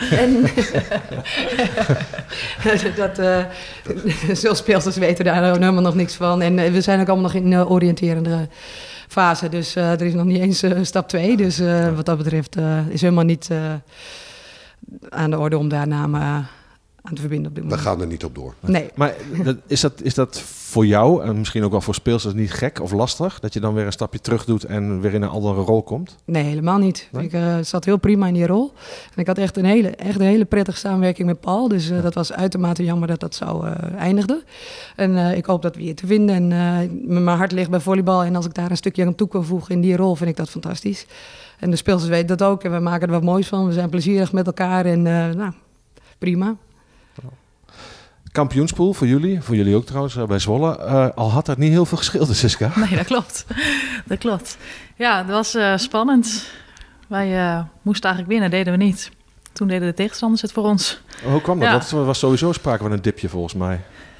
[SPEAKER 4] Veel speelsters weten daar helemaal nog niks van. En we zijn ook allemaal nog in oriënterende fase. Dus er is nog niet eens stap 2. Dus wat dat betreft is helemaal niet... aan de orde om daar namen aan te verbinden op dit moment.
[SPEAKER 1] We gaan er niet op door.
[SPEAKER 4] Nee.
[SPEAKER 2] Maar is dat voor jou en misschien ook wel voor speelsters niet gek of lastig? Dat je dan weer een stapje terug doet en weer in een andere rol komt?
[SPEAKER 4] Nee, helemaal niet. Nee? Ik zat heel prima in die rol. En ik had echt een hele prettige samenwerking met Paul. Dus dat was uitermate jammer dat zou eindigde. En ik hoop dat we hier te vinden. En mijn hart ligt bij volleybal. En als ik daar een stukje aan toe kan voegen in die rol, vind ik dat fantastisch. En de speelsters weten dat ook. En we maken er wat moois van. We zijn plezierig met elkaar. En prima.
[SPEAKER 2] Kampioenspool voor jullie ook trouwens, bij Zwolle. Al had dat niet heel veel geschild, Siska.
[SPEAKER 6] Nee, dat klopt. Ja, dat was spannend. Wij moesten eigenlijk winnen, deden we niet. Toen deden de tegenstanders het voor ons.
[SPEAKER 2] Hoe kwam dat? Dat was sowieso sprake van een dipje volgens mij.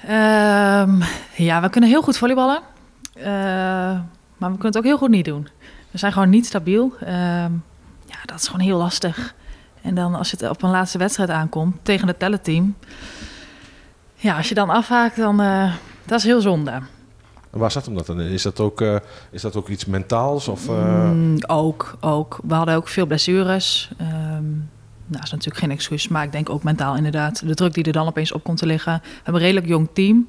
[SPEAKER 6] We kunnen heel goed volleyballen. Maar we kunnen het ook heel goed niet doen. We zijn gewoon niet stabiel. Dat is gewoon heel lastig. En dan als het op een laatste wedstrijd aankomt tegen het tellenteam... Ja, als je dan afhaakt, dan dat is heel zonde.
[SPEAKER 2] En waar zat hem dat dan in? Is dat ook iets mentaals? Of,
[SPEAKER 6] Ook. We hadden ook veel blessures. Dat is natuurlijk geen excuus, maar ik denk ook mentaal inderdaad. De druk die er dan opeens op komt te liggen. We hebben een redelijk jong team.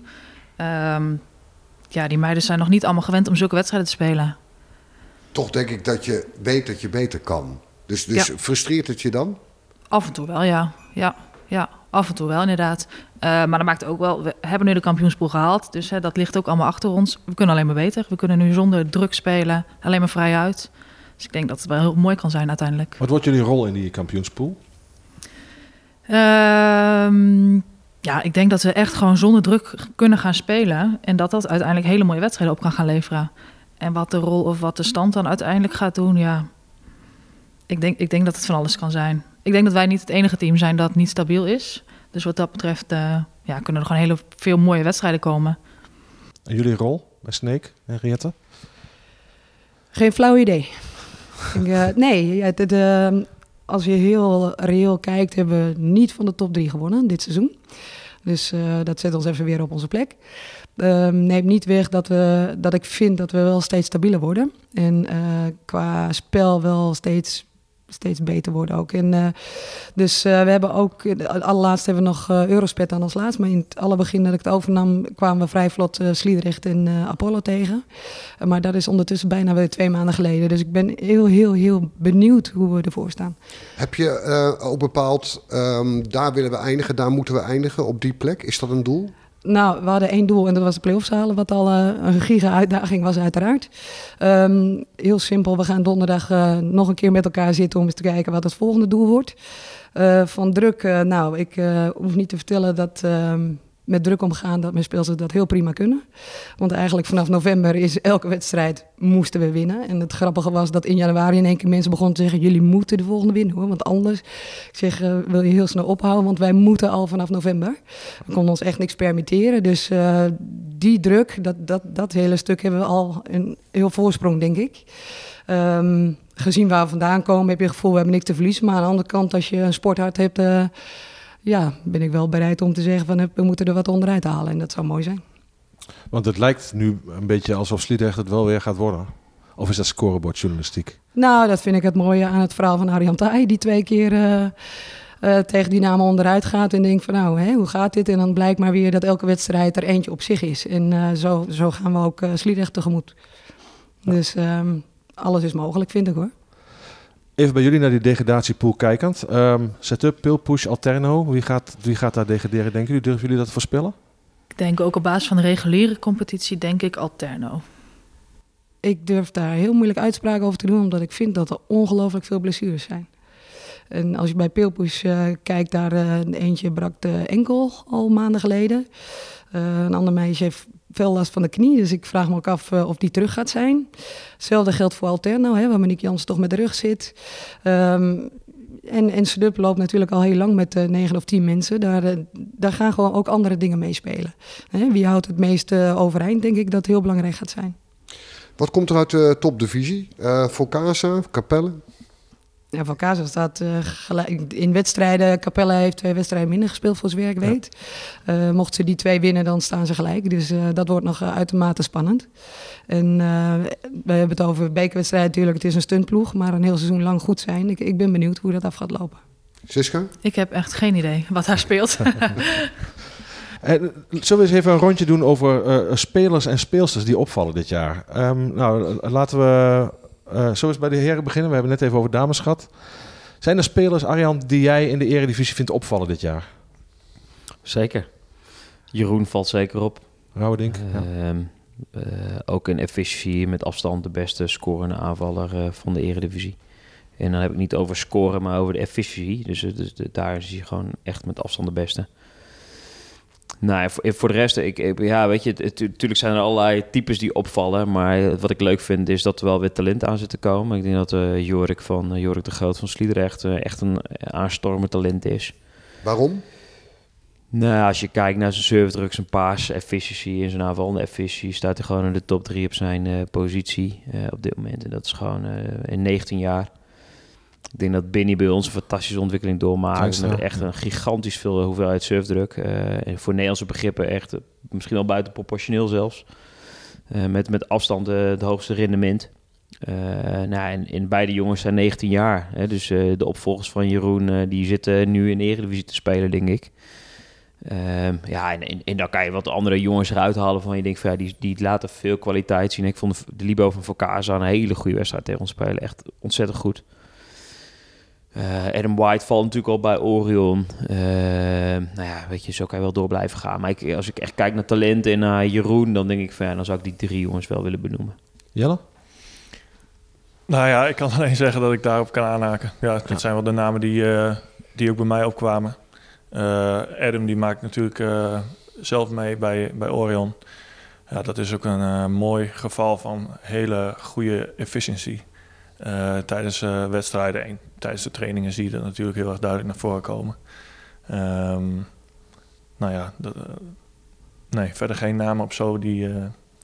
[SPEAKER 6] Die meiden zijn nog niet allemaal gewend om zulke wedstrijden te spelen.
[SPEAKER 1] Toch denk ik dat je weet dat je beter kan. Dus frustreert het je dan?
[SPEAKER 6] Af en toe wel, ja. Ja, af en toe wel inderdaad. Maar dat maakt ook wel... We hebben nu de kampioenspool gehaald. Dus dat ligt ook allemaal achter ons. We kunnen alleen maar beter. We kunnen nu zonder druk spelen. Alleen maar vrij uit. Dus ik denk dat het wel heel mooi kan zijn uiteindelijk.
[SPEAKER 2] Wat wordt jullie rol in die kampioenspool?
[SPEAKER 6] Ik denk dat we echt gewoon zonder druk kunnen gaan spelen. En dat uiteindelijk hele mooie wedstrijden op kan gaan leveren. En wat de rol of wat de stand dan uiteindelijk gaat doen, ja... Ik denk dat het van alles kan zijn. Ik denk dat wij niet het enige team zijn dat niet stabiel is. Dus wat dat betreft kunnen er gewoon veel mooie wedstrijden komen.
[SPEAKER 2] En jullie rol bij Sneek en Henriette?
[SPEAKER 4] Geen flauw idee. als je heel reëel kijkt, hebben we niet van de top 3 gewonnen dit seizoen. Dus dat zet ons even weer op onze plek. Neemt niet weg dat ik vind dat we wel steeds stabieler worden. En qua spel wel steeds beter worden ook. En, dus we hebben ook, allerlaatst hebben we nog Eurospet aan als laatst. Maar in het allerbegin dat ik het overnam, kwamen we vrij vlot Sliedrecht en Apollo tegen. Maar dat is ondertussen bijna weer 2 maanden geleden. Dus ik ben heel benieuwd hoe we ervoor staan.
[SPEAKER 1] Heb je ook bepaald, daar willen we eindigen, daar moeten we eindigen op die plek? Is dat een doel?
[SPEAKER 4] Nou, we hadden 1 doel en dat was de play-offs halen, wat al een giga-uitdaging was uiteraard. Heel simpel, we gaan donderdag nog een keer met elkaar zitten om eens te kijken wat het volgende doel wordt. Van druk, ik hoef niet te vertellen dat met druk omgaan, dat mijn speelsters dat heel prima kunnen. Want eigenlijk vanaf november is elke wedstrijd moesten we winnen. En het grappige was dat in januari in één keer mensen begonnen te zeggen, jullie moeten de volgende winnen hoor, want anders, ik zeg, wil je heel snel ophouden, want wij moeten al vanaf november. We konden ons echt niks permitteren, dus die druk, dat hele stuk hebben we al een heel voorsprong, denk ik. Gezien waar we vandaan komen, heb je het gevoel, we hebben niks te verliezen. Maar aan de andere kant, als je een sporthart hebt, ben ik wel bereid om te zeggen van we moeten er wat onderuit halen. En dat zou mooi zijn.
[SPEAKER 2] Want het lijkt nu een beetje alsof Sliedrecht het wel weer gaat worden. Of is dat scorebordjournalistiek?
[SPEAKER 4] Nou, dat vind ik het mooie aan het verhaal van Arjan Taaij. Die 2 keer tegen Dynamo onderuit gaat en denkt van hoe gaat dit? En dan blijkt maar weer dat elke wedstrijd er eentje op zich is. En zo gaan we ook Sliedrecht tegemoet. Ja. Dus alles is mogelijk, vind ik hoor.
[SPEAKER 2] Even bij jullie naar die degradatiepool kijkend. Setup, Pil, Push, Alterno. Wie gaat daar degraderen, denken jullie? Durven jullie dat te voorspellen?
[SPEAKER 6] Ik denk ook op basis van de reguliere competitie, denk ik Alterno.
[SPEAKER 4] Ik durf daar heel moeilijk uitspraken over te doen, omdat ik vind dat er ongelooflijk veel blessures zijn. En als je bij Pil Push kijkt, daar eentje brak de enkel al maanden geleden. Een ander meisje heeft veel last van de knie, dus ik vraag me ook af of die terug gaat zijn. Hetzelfde geldt voor Alterno, waar Monique Jansen toch met de rug zit. En Sedup loopt natuurlijk al heel lang met 9 of 10 mensen. Daar gaan gewoon ook andere dingen meespelen. Wie houdt het meest overeind, denk ik dat heel belangrijk gaat zijn.
[SPEAKER 1] Wat komt er uit de topdivisie? Focasa, Capelle?
[SPEAKER 4] Ja, van Casa staat gelijk in wedstrijden. Capelle heeft 2 wedstrijden minder gespeeld, voor zover ik weet. Mocht ze die 2 winnen, dan staan ze gelijk. Dus dat wordt nog uitermate spannend. En we hebben het over bekerwedstrijden natuurlijk. Het is een stuntploeg, maar een heel seizoen lang goed zijn. Ik ben benieuwd hoe dat af gaat lopen.
[SPEAKER 1] Siska?
[SPEAKER 6] Ik heb echt geen idee wat daar speelt.
[SPEAKER 2] Zullen we eens even een rondje doen over spelers en speelsters die opvallen dit jaar? Laten we... zo eens bij de heren beginnen. We hebben net even over dames gehad. Zijn er spelers, Arjan, die jij in de eredivisie vindt opvallen dit jaar?
[SPEAKER 3] Zeker. Jeroen valt zeker op.
[SPEAKER 2] Rauwerdink.
[SPEAKER 3] Ook in efficiëntie met afstand de beste scorende aanvaller van de eredivisie. En dan heb ik niet over scoren, maar over de efficiëntie. Dus daar is hij gewoon echt met afstand de beste. Nou, voor de rest, natuurlijk zijn er allerlei types die opvallen. Maar wat ik leuk vind, is dat er wel weer talent aan zit te komen. Ik denk dat Jorik de Groot van Sliedrecht echt een aanstormend talent is.
[SPEAKER 1] Waarom?
[SPEAKER 3] Nou, als je kijkt naar zijn servedruk, zijn paas, efficiëntie en zijn aanvallende efficiëntie, staat hij gewoon in de top 3 op zijn positie op dit moment. En dat is gewoon in 19 jaar. Ik denk dat Binny bij ons een fantastische ontwikkeling doormaakt. Met echt een gigantisch veel hoeveelheid surfdruk. En voor Nederlandse begrippen echt misschien wel buitenproportioneel zelfs. Met afstand het hoogste rendement. En beide jongens zijn 19 jaar. Hè, dus de opvolgers van Jeroen die zitten nu in de Eredivisie te spelen, denk ik. En dan kan je wat andere jongens eruit halen van je denkt van die laten veel kwaliteit zien. Ik vond de Libo van Focasa een hele goede wedstrijd tegen ons spelen. Echt ontzettend goed. Adam White valt natuurlijk al bij Orion. Zo kan je wel door blijven gaan. Maar als ik echt kijk naar talent en naar Jeroen, dan denk ik van dan zou ik die 3 jongens wel willen benoemen.
[SPEAKER 2] Jelle?
[SPEAKER 5] Nou ja, ik kan alleen zeggen dat ik daarop kan aanhaken. Ja, dit zijn wel de namen die ook bij mij opkwamen. Adam die maakt natuurlijk zelf mee bij Orion. Ja, dat is ook een mooi geval van hele goede efficiëntie. Tijdens wedstrijden en tijdens de trainingen zie je dat natuurlijk heel erg duidelijk naar voren komen. Verder geen namen op zo die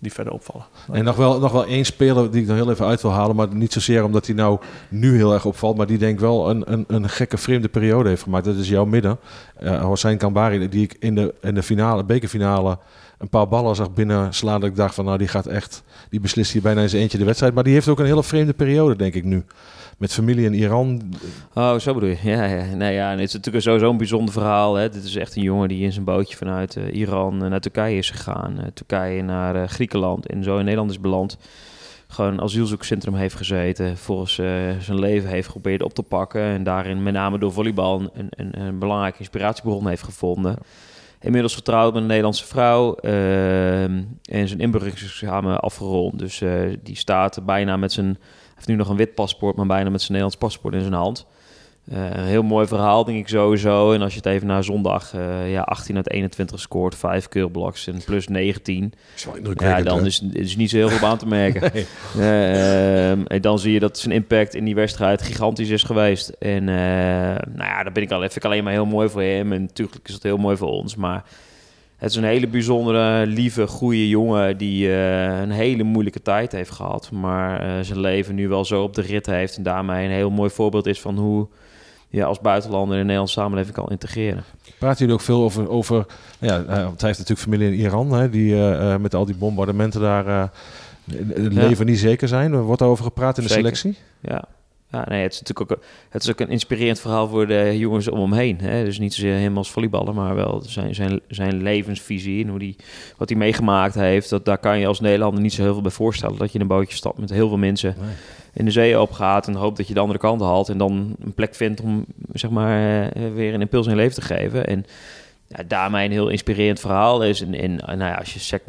[SPEAKER 5] die verder opvallen.
[SPEAKER 2] En nog wel één speler die ik nog heel even uit wil halen, maar niet zozeer omdat hij nou nu heel erg opvalt, maar die denk ik wel een gekke vreemde periode heeft gemaakt. Dat is jouw midden, Hossein Kambari, die ik in de finale, bekerfinale een paar ballen zag binnen slaan. Dat ik dacht van, nou, die beslist hier bijna in zijn eentje de wedstrijd. Maar die heeft ook een hele vreemde periode, denk ik nu. Met familie in Iran.
[SPEAKER 3] Oh, zo bedoel je. Ja. Nee, ja, en het is natuurlijk sowieso een bijzonder verhaal. Hè. Dit is echt een jongen die in zijn bootje vanuit Iran naar Turkije is gegaan. Turkije naar Griekenland en zo in Nederland is beland. Gewoon een asielzoekerscentrum heeft gezeten. Volgens zijn leven heeft geprobeerd op te pakken. En daarin met name door volleybal een belangrijke inspiratiebron heeft gevonden. Inmiddels getrouwd met een Nederlandse vrouw en zijn inburgeringsexamen afgerond. Dus die staat bijna met zijn... Hij heeft nu nog een wit paspoort, maar bijna met zijn Nederlands paspoort in zijn hand. Een heel mooi verhaal, denk ik sowieso. En als je het even naar zondag 18 uit 21 scoort, 5 keurblocks en plus 19.
[SPEAKER 1] Dat is wel indrukwekkend,
[SPEAKER 3] dan is niet zo heel veel aan te merken. Nee. En dan zie je dat zijn impact in die wedstrijd gigantisch is geweest. En daar vind ik alleen maar heel mooi voor hem. En natuurlijk is het heel mooi voor ons, maar... Het is een hele bijzondere, lieve, goede jongen die een hele moeilijke tijd heeft gehad. Maar zijn leven nu wel zo op de rit heeft. En daarmee een heel mooi voorbeeld is van hoe je als buitenlander in de Nederlandse samenleving kan integreren.
[SPEAKER 2] Praat jullie ook veel over want hij heeft natuurlijk familie in Iran, hè, die met al die bombardementen daar het leven niet zeker zijn. Wordt daarover gepraat in de selectie?
[SPEAKER 3] Ja. Ja, nee, het is natuurlijk ook een inspirerend verhaal voor de jongens om hem heen. Hè? Dus niet zozeer hem als volleyballer, maar wel zijn levensvisie en wat hij meegemaakt heeft. Daar kan je als Nederlander niet zo heel veel bij voorstellen. Dat je in een bootje stapt met heel veel mensen in de zee opgaat en hoopt dat je de andere kant haalt. En dan een plek vindt om zeg maar weer een impuls in je leven te geven. En daarmee een heel inspirerend verhaal is. En als je sec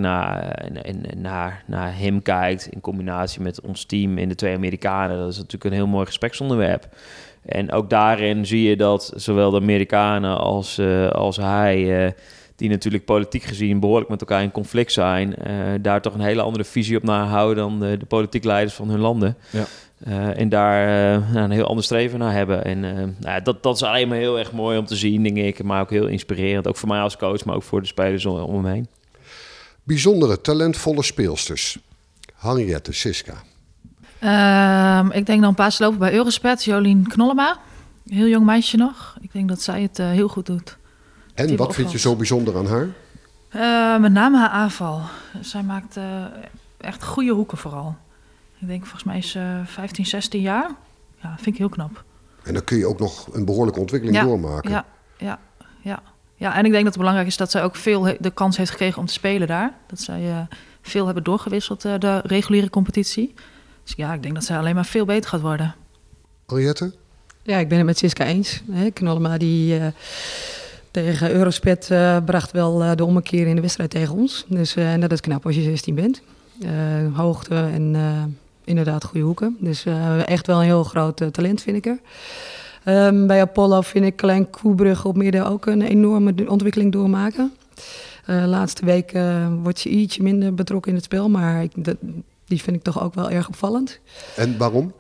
[SPEAKER 3] naar hem kijkt in combinatie met ons team en de 2 Amerikanen, dat is natuurlijk een heel mooi gespreksonderwerp. En ook daarin zie je dat zowel de Amerikanen als hij, die natuurlijk politiek gezien behoorlijk met elkaar in conflict zijn, daar toch een hele andere visie op nahouden dan de politiek leiders van hun landen. Ja. En daar een heel ander streven naar hebben. En dat is alleen maar heel erg mooi om te zien, denk ik. Maar ook heel inspirerend. Ook voor mij als coach, maar ook voor de spelers om hem heen.
[SPEAKER 1] Bijzondere, talentvolle speelsters. Henriette, Siska.
[SPEAKER 6] Ik denk dan een paar lopen bij Eurospet. Jolien Knollema. Heel jong meisje nog. Ik denk dat zij het heel goed doet.
[SPEAKER 1] En wat vind je zo bijzonder aan haar?
[SPEAKER 6] Met name haar aanval. Zij maakt echt goede hoeken vooral. Ik denk, volgens mij is ze 15, 16 jaar. Ja, vind ik heel knap. En
[SPEAKER 1] dan kun je ook nog een behoorlijke ontwikkeling doormaken.
[SPEAKER 6] Ja, en ik denk dat het belangrijk is dat zij ook veel de kans heeft gekregen om te spelen daar. Dat zij veel hebben doorgewisseld, de reguliere competitie. Dus ja, ik denk dat zij alleen maar veel beter gaat worden.
[SPEAKER 1] Henriette?
[SPEAKER 4] Ja, ik ben het met Siska eens. Knollema die tegen Eurospet bracht wel de ommekeer in de wedstrijd tegen ons. Dus dat is knap als je 16 bent. Hoogte en inderdaad goede hoeken. Dus echt wel een heel groot talent, vind ik er. Bij Apollo vind ik Klein Koebrug op midden ook een enorme ontwikkeling doormaken. Laatste week wordt ze ietsje minder betrokken in het spel, maar die vind ik toch ook wel erg opvallend.
[SPEAKER 1] En waarom?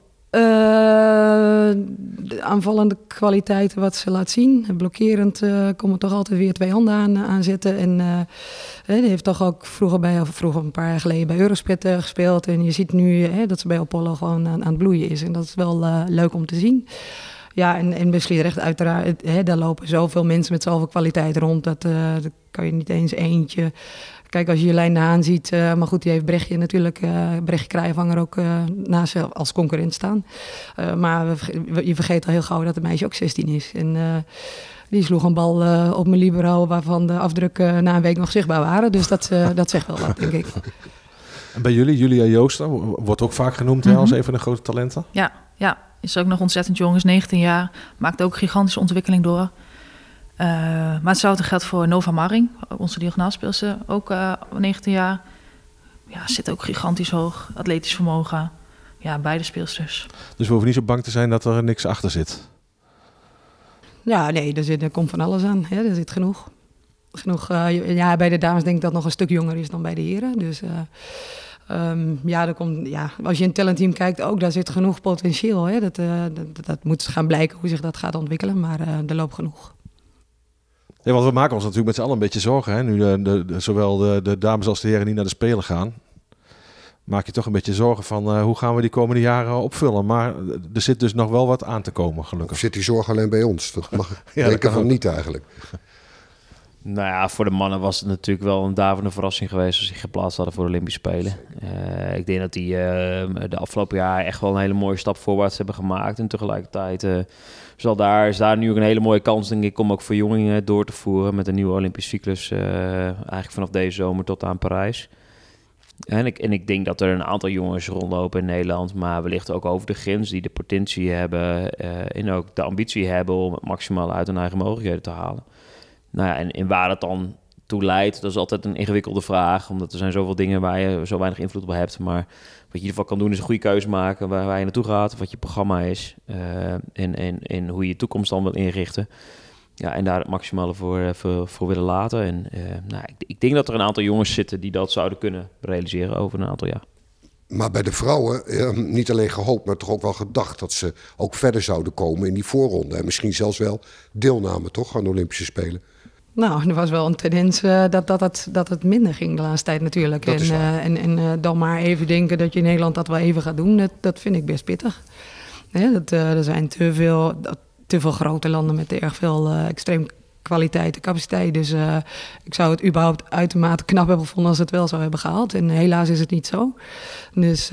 [SPEAKER 4] De aanvallende kwaliteiten wat ze laat zien. Blokkerend komen toch altijd weer 2 handen aan zetten. En die heeft toch ook vroeger een paar jaar geleden bij Eurospet gespeeld. En je ziet nu dat ze bij Apollo gewoon aan het bloeien is. En dat is wel leuk om te zien. Ja, en bij Sliedrecht uiteraard, daar lopen zoveel mensen met zoveel kwaliteit rond. Dat kan je niet eens eentje. Kijk, als je Jolijn de Haan ziet, maar goed, die heeft Brechtje natuurlijk, Brechtje Krijvanger ook naast als concurrent staan. Maar je vergeet al heel gauw dat het meisje ook 16 is. En die sloeg een bal op mijn libero waarvan de afdrukken na een week nog zichtbaar waren. Dus dat zegt wel wat, denk ik.
[SPEAKER 2] En bij jullie, Julia Joosten, wordt ook vaak genoemd als een van de grote talenten?
[SPEAKER 6] Ja, is ook nog ontzettend jong, is 19 jaar. Maakt ook gigantische ontwikkeling door. Maar hetzelfde geldt voor Nova Maring, onze diagonaalspeelster, ook 19 jaar. Ja, zit ook gigantisch hoog, atletisch vermogen. Ja, beide speelsters.
[SPEAKER 2] Dus we hoeven niet zo bang te zijn dat er niks achter zit?
[SPEAKER 4] Ja, nee, er komt van alles aan. Hè? Er zit genoeg. Bij de dames denk ik dat het nog een stuk jonger is dan bij de heren. Dus als je een talentteam kijkt ook, daar zit genoeg potentieel. Hè? Dat moet gaan blijken hoe zich dat gaat ontwikkelen, maar er loopt genoeg.
[SPEAKER 2] Ja, want we maken ons natuurlijk met z'n allen een beetje zorgen. Hè? Nu zowel de dames als de heren niet naar de Spelen gaan. maak je toch een beetje zorgen van hoe gaan we die komende jaren opvullen. Maar er zit dus nog wel wat aan te komen, gelukkig.
[SPEAKER 1] Of zit die zorg alleen bij ons? Dat mag
[SPEAKER 2] Ja,
[SPEAKER 1] denken
[SPEAKER 2] dat
[SPEAKER 1] van
[SPEAKER 2] kan
[SPEAKER 1] niet eigenlijk.
[SPEAKER 3] Nou ja, voor de mannen was het natuurlijk wel een daverende verrassing geweest als ze zich geplaatst hadden voor de Olympische Spelen. Ik denk dat die de afgelopen jaar echt wel een hele mooie stap voorwaarts hebben gemaakt. En tegelijkertijd is daar nu ook een hele mooie kans, denk ik, om ook verjongingen door te voeren met een nieuwe Olympische cyclus. Eigenlijk vanaf deze zomer tot aan Parijs. En ik denk dat er een aantal jongens rondlopen in Nederland, maar wellicht ook over de grens, die de potentie hebben en ook de ambitie hebben om het maximaal uit hun eigen mogelijkheden te halen. Nou ja, en waar het dan toe leidt, dat is altijd een ingewikkelde vraag, omdat er zijn zoveel dingen waar je zo weinig invloed op hebt. Maar wat je in ieder geval kan doen is een goede keuze maken waar je naartoe gaat, wat je programma is en hoe je je toekomst dan wil inrichten. Ja, en daar het maximale voor willen laten. En ik denk dat er een aantal jongens zitten die dat zouden kunnen realiseren over een aantal jaar.
[SPEAKER 1] Maar bij de vrouwen niet alleen gehoopt, maar toch ook wel gedacht dat ze ook verder zouden komen in die voorronde. En misschien zelfs wel deelname toch aan de Olympische Spelen.
[SPEAKER 4] Nou, er was wel een tendens dat het minder ging de laatste tijd natuurlijk.
[SPEAKER 1] Dat is waar.
[SPEAKER 4] En dan maar even denken dat je in Nederland dat wel even gaat doen, dat vind ik best pittig. Er zijn te veel grote landen met erg veel extreem kwaliteit en capaciteit. Dus ik zou het überhaupt uitermate knap hebben gevonden als ze het wel zou hebben gehaald. En helaas is het niet zo. Dus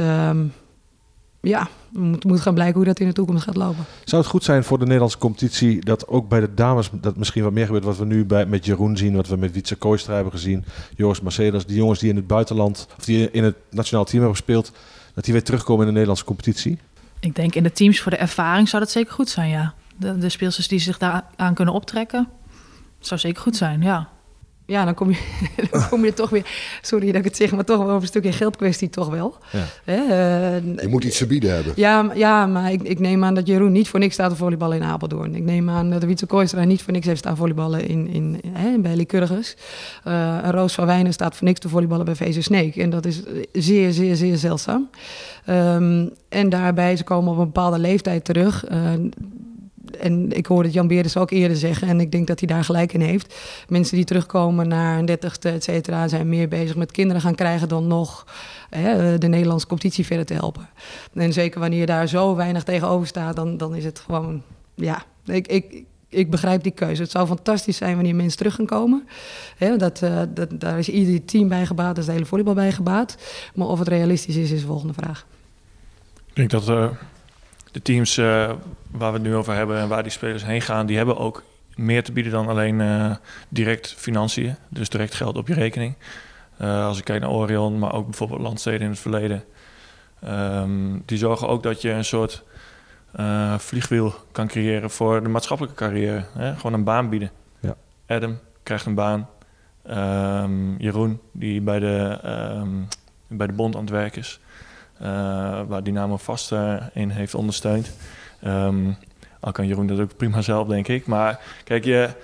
[SPEAKER 4] het moet gaan blijken hoe dat in de toekomst gaat lopen.
[SPEAKER 2] Zou het goed zijn voor de Nederlandse competitie dat ook bij de dames dat misschien wat meer gebeurt, wat we nu met Jeroen zien, wat we met Wietse Kooistra hebben gezien, Joris Mercedes, die jongens die in het buitenland of die in het nationaal team hebben gespeeld, dat die weer terugkomen in de Nederlandse competitie?
[SPEAKER 6] Ik denk in de teams voor de ervaring zou dat zeker goed zijn, ja. De speelsters die zich daar aan kunnen optrekken, zou zeker goed zijn, ja.
[SPEAKER 4] Ja, dan kom je toch weer, sorry dat ik het zeg, maar toch wel over een stukje geldkwestie toch wel.
[SPEAKER 2] Ja.
[SPEAKER 1] Je moet iets te bieden hebben.
[SPEAKER 4] Ja, maar ik neem aan dat Jeroen niet voor niks staat te volleyballen in Apeldoorn. Ik neem aan dat Wietse Kooistra niet voor niks heeft staan volleyballen bij Lycurgus. Roos van Wijnen staat voor niks te volleyballen bij VC Sneek. En dat is zeer, zeer, zeer zeldzaam. En daarbij, ze komen op een bepaalde leeftijd terug. En ik hoorde het Jan Beerders ook eerder zeggen, en ik denk dat hij daar gelijk in heeft. Mensen die terugkomen naar hun 30ste, et cetera, zijn meer bezig met kinderen gaan krijgen dan nog de Nederlandse competitie verder te helpen. En zeker wanneer je daar zo weinig tegenover staat, dan is het gewoon, ja, ik begrijp die keuze. Het zou fantastisch zijn wanneer mensen terug gaan komen. Daar is ieder team bij gebaat, daar is de hele volleybal bij gebaat. Maar of het realistisch is de volgende vraag.
[SPEAKER 5] Ik denk dat de teams waar we het nu over hebben en waar die spelers heen gaan, die hebben ook meer te bieden dan alleen direct financiën. Dus direct geld op je rekening. Als ik kijk naar Orion, maar ook bijvoorbeeld Landsteden in het verleden. Die zorgen ook dat je een soort vliegwiel kan creëren voor de maatschappelijke carrière. Hè? Gewoon een baan bieden.
[SPEAKER 2] Ja.
[SPEAKER 5] Adam krijgt een baan. Jeroen, die bij de bond aan het werk is. Waar Dynamo vast in heeft ondersteund. Al kan Jeroen dat ook prima zelf, denk ik. Maar kijk,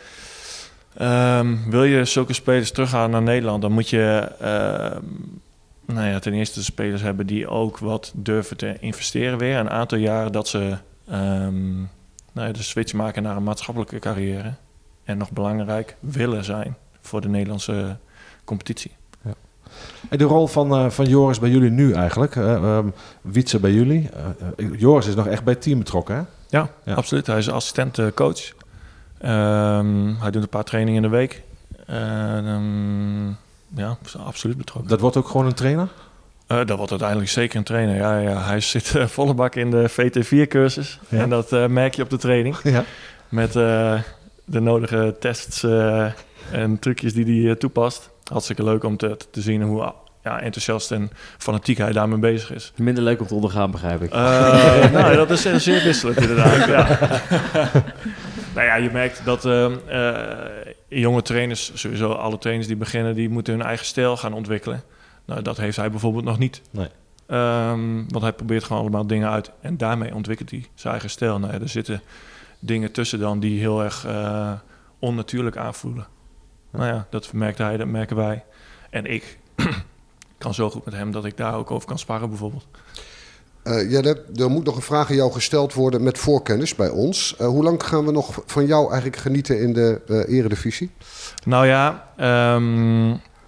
[SPEAKER 5] wil je zulke spelers teruggaan naar Nederland, dan moet je ten eerste de spelers hebben die ook wat durven te investeren weer. Een aantal jaren dat ze de switch maken naar een maatschappelijke carrière. En nog belangrijk willen zijn voor de Nederlandse competitie.
[SPEAKER 2] En de rol van Joris bij jullie nu eigenlijk, Wietse bij jullie. Joris is nog echt bij het team betrokken, hè?
[SPEAKER 5] Ja, absoluut. Hij is assistent coach. Hij doet een paar trainingen in de week. Is absoluut betrokken.
[SPEAKER 2] Dat wordt ook gewoon een trainer?
[SPEAKER 5] Dat wordt uiteindelijk zeker een trainer. Ja. Hij zit volle bak in de VT4-cursus. Ja. En dat merk je op de training. Ja. Met de nodige tests en trucjes die hij toepast. Hartstikke leuk om te zien hoe enthousiast en fanatiek hij daarmee bezig is.
[SPEAKER 3] Minder leuk om te ondergaan, begrijp ik.
[SPEAKER 5] Dat is zeer wisselend inderdaad. Ja. Je merkt dat jonge trainers, sowieso alle trainers die beginnen, die moeten hun eigen stijl gaan ontwikkelen. Nou, dat heeft hij bijvoorbeeld nog niet.
[SPEAKER 2] Nee.
[SPEAKER 5] Want hij probeert gewoon allemaal dingen uit en daarmee ontwikkelt hij zijn eigen stijl. Nou, er zitten dingen tussen dan die heel erg onnatuurlijk aanvoelen. Nou ja, dat merkt hij, dat merken wij. En ik kan zo goed met hem dat ik daar ook over kan sparren bijvoorbeeld.
[SPEAKER 1] Er moet nog een vraag aan jou gesteld worden met voorkennis bij ons. Hoe lang gaan we nog van jou eigenlijk genieten in de eredivisie?
[SPEAKER 5] Nou ja,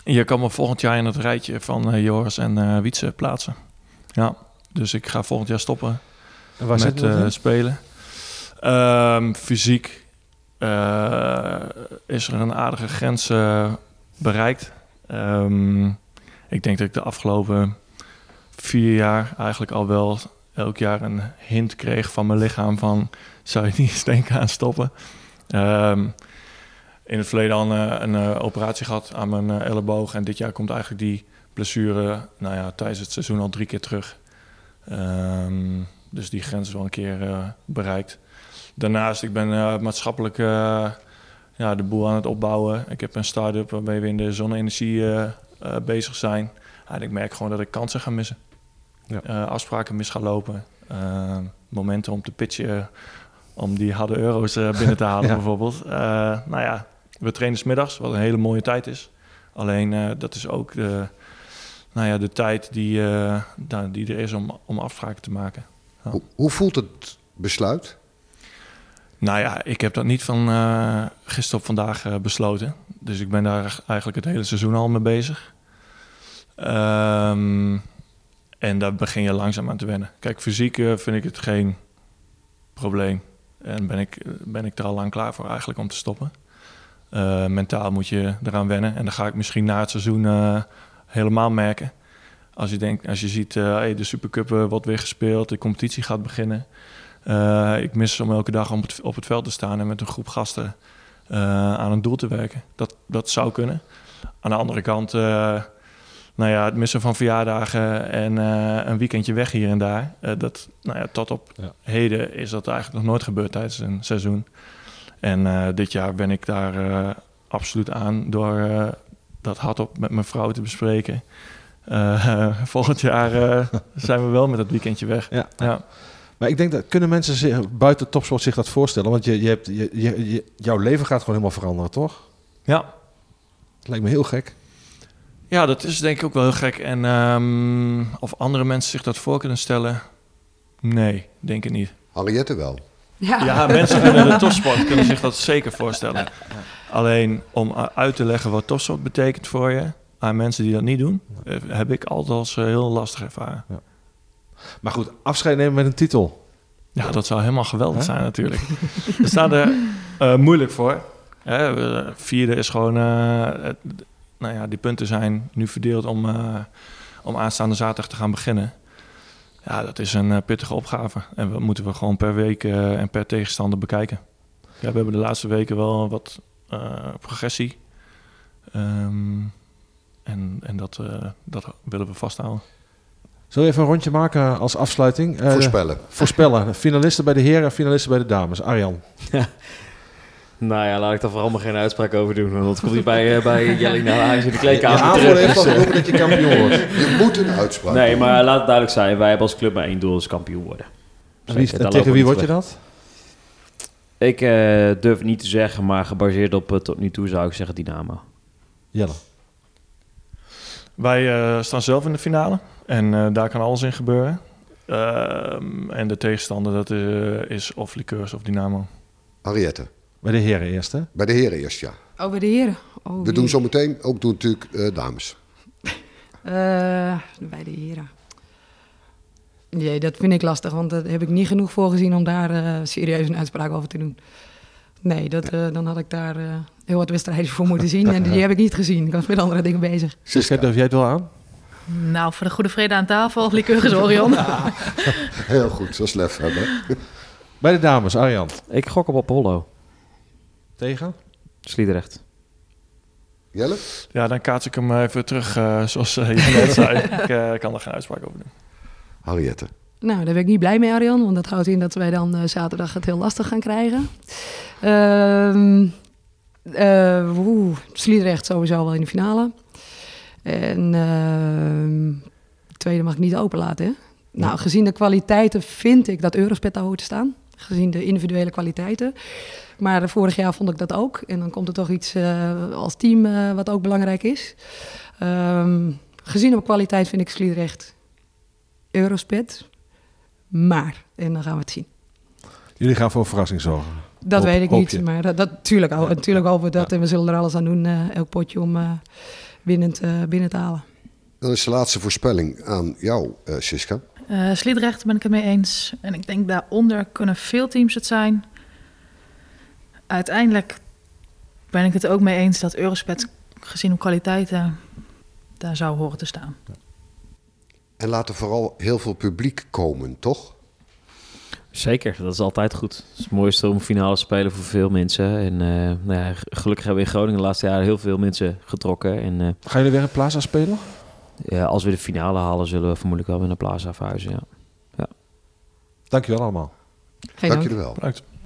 [SPEAKER 5] je kan me volgend jaar in het rijtje van Joris en Wietse plaatsen. Ja, dus ik ga volgend jaar stoppen
[SPEAKER 2] En waar zit je
[SPEAKER 5] met spelen. Fysiek is er een aardige grens bereikt. Ik denk dat ik de afgelopen 4 jaar eigenlijk al wel elk jaar een hint kreeg van mijn lichaam van zou je niet eens denken aan stoppen. In het verleden al een operatie gehad aan mijn elleboog en dit jaar komt eigenlijk die blessure tijdens het seizoen al 3 keer terug. Dus die grens is wel een keer bereikt. Daarnaast, ik ben maatschappelijk de boel aan het opbouwen. Ik heb een start-up waarmee we in de zonne-energie bezig zijn. En ik merk gewoon dat ik kansen ga missen. Ja. Afspraken mis gaan lopen. Momenten om te pitchen, om die harde euro's binnen te halen bijvoorbeeld. We trainen 's middags, wat een hele mooie tijd is. Alleen dat is ook de tijd die er is om afspraken te maken. Ja.
[SPEAKER 1] Hoe voelt het besluit?
[SPEAKER 5] Nou ja, ik heb dat niet van gisteren op vandaag besloten. Dus ik ben daar eigenlijk het hele seizoen al mee bezig. En daar begin je langzaam aan te wennen. Kijk, fysiek vind ik het geen probleem. En ben ik er al lang klaar voor eigenlijk om te stoppen. Mentaal moet je eraan wennen. En dan ga ik misschien na het seizoen helemaal merken. Als je ziet, de Supercup wordt weer gespeeld, de competitie gaat beginnen. Ik mis om elke dag op het veld te staan en met een groep gasten aan een doel te werken. Dat zou kunnen. Aan de andere kant, het missen van verjaardagen en een weekendje weg hier en daar. Tot op heden is dat eigenlijk nog nooit gebeurd tijdens een seizoen. En dit jaar ben ik daar absoluut aan door dat hardop met mijn vrouw te bespreken. Volgend jaar zijn we wel met dat weekendje weg. Ja.
[SPEAKER 2] Maar ik denk dat kunnen mensen buiten topsport zich dat voorstellen? Want jouw leven gaat gewoon helemaal veranderen, toch?
[SPEAKER 5] Ja.
[SPEAKER 2] Het lijkt me heel gek.
[SPEAKER 5] Ja, dat is denk ik ook wel heel gek. En of andere mensen zich dat voor kunnen stellen? Nee, denk ik niet.
[SPEAKER 1] Henriette wel.
[SPEAKER 5] Ja, mensen binnen de topsport kunnen zich dat zeker voorstellen. Alleen om uit te leggen wat topsport betekent voor je aan mensen die dat niet doen, heb ik altijd als heel lastig ervaren. Ja.
[SPEAKER 2] Maar goed, afscheid nemen met een titel.
[SPEAKER 5] Ja, dat zou helemaal geweldig zijn natuurlijk. We staan er moeilijk voor. Vierde is gewoon... die punten zijn nu verdeeld om aanstaande zaterdag te gaan beginnen. Ja, dat is een pittige opgave. En dat moeten we gewoon per week en per tegenstander bekijken. Ja, we hebben de laatste weken wel wat progressie. En dat willen we vasthouden.
[SPEAKER 2] Zullen we even een rondje maken als afsluiting?
[SPEAKER 1] Voorspellen.
[SPEAKER 2] Finalisten bij de heren en finalisten bij de dames. Arjan.
[SPEAKER 3] Ja. Nou ja, laat ik daar vooral maar geen uitspraak over doen. Want dat komt niet bij Jelling naar huis in de kleedkamer terug.
[SPEAKER 1] Aanvoerder heeft al geroepen dat je kampioen wordt. Je moet een uitspraak doen.
[SPEAKER 3] Maar laat het duidelijk zijn. Wij hebben als club maar 1 doel, is kampioen worden.
[SPEAKER 2] Tegen wie word je dat?
[SPEAKER 3] Ik durf het niet te zeggen, maar gebaseerd op tot nu toe zou ik zeggen Dynamo.
[SPEAKER 2] Jelle.
[SPEAKER 5] Wij staan zelf in de finale en daar kan alles in gebeuren. En de tegenstander dat is of Liqueurs of Dynamo.
[SPEAKER 1] Henriette.
[SPEAKER 2] Bij de heren eerst, hè?
[SPEAKER 1] Bij de heren eerst, ja.
[SPEAKER 4] Oh, bij de heren. Oh,
[SPEAKER 1] we doen zo meteen ook natuurlijk dames.
[SPEAKER 4] Bij de heren. Nee, dat vind ik lastig, want daar heb ik niet genoeg voor gezien om daar serieus een uitspraak over te doen. Nee, dan had ik daar heel wat wedstrijden voor moeten zien en die heb ik niet gezien. Ik was met andere dingen bezig.
[SPEAKER 2] Siska, durf jij het wel aan?
[SPEAKER 6] Nou, voor de goede vrede aan tafel, Liqueurs Orion.
[SPEAKER 1] Heel goed, zo lef hebben.
[SPEAKER 2] Bij de dames, Arjan.
[SPEAKER 3] Ik gok op Apollo.
[SPEAKER 2] Tegen?
[SPEAKER 3] Sliedrecht.
[SPEAKER 1] Jelle?
[SPEAKER 5] Ja, dan kaats ik hem even terug, zoals je net zei. Ik kan er geen uitspraak over doen.
[SPEAKER 1] Henriette.
[SPEAKER 4] Nou, daar ben ik niet blij mee, Arjan. Want dat houdt in dat wij dan zaterdag het heel lastig gaan krijgen. Sliedrecht sowieso wel in de finale. En de tweede mag ik niet openlaten, hè? Nou, gezien de kwaliteiten vind ik dat Eurospet daar hoort te staan. Gezien de individuele kwaliteiten. Maar vorig jaar vond ik dat ook. En dan komt er toch iets als team wat ook belangrijk is. Gezien op kwaliteit vind ik Sliedrecht Eurospet. Maar, en dan gaan we het zien.
[SPEAKER 2] Jullie gaan voor een verrassing zorgen?
[SPEAKER 4] Dat weet ik niet. Maar natuurlijk hopen we dat. Ja. En we zullen er alles aan doen, elk potje, om binnen te halen.
[SPEAKER 1] Dan is de laatste voorspelling aan jou, Siska.
[SPEAKER 6] Sliedrecht ben ik het mee eens. En ik denk daaronder kunnen veel teams het zijn. Uiteindelijk ben ik het ook mee eens dat Eurospet gezien op kwaliteiten daar zou horen te staan.
[SPEAKER 1] En laat er vooral heel veel publiek komen, toch?
[SPEAKER 3] Zeker, dat is altijd goed. Het is het mooiste om finale te spelen voor veel mensen. En gelukkig hebben we in Groningen de laatste jaren heel veel mensen getrokken. En
[SPEAKER 2] Gaan jullie weer in Plaza spelen?
[SPEAKER 3] als we de finale halen, zullen we vermoedelijk wel weer naar Plaza verhuizen. Ja.
[SPEAKER 2] Dankjewel allemaal.
[SPEAKER 4] Geen
[SPEAKER 1] Dank
[SPEAKER 4] dank.
[SPEAKER 1] jullie wel.
[SPEAKER 5] Bedankt.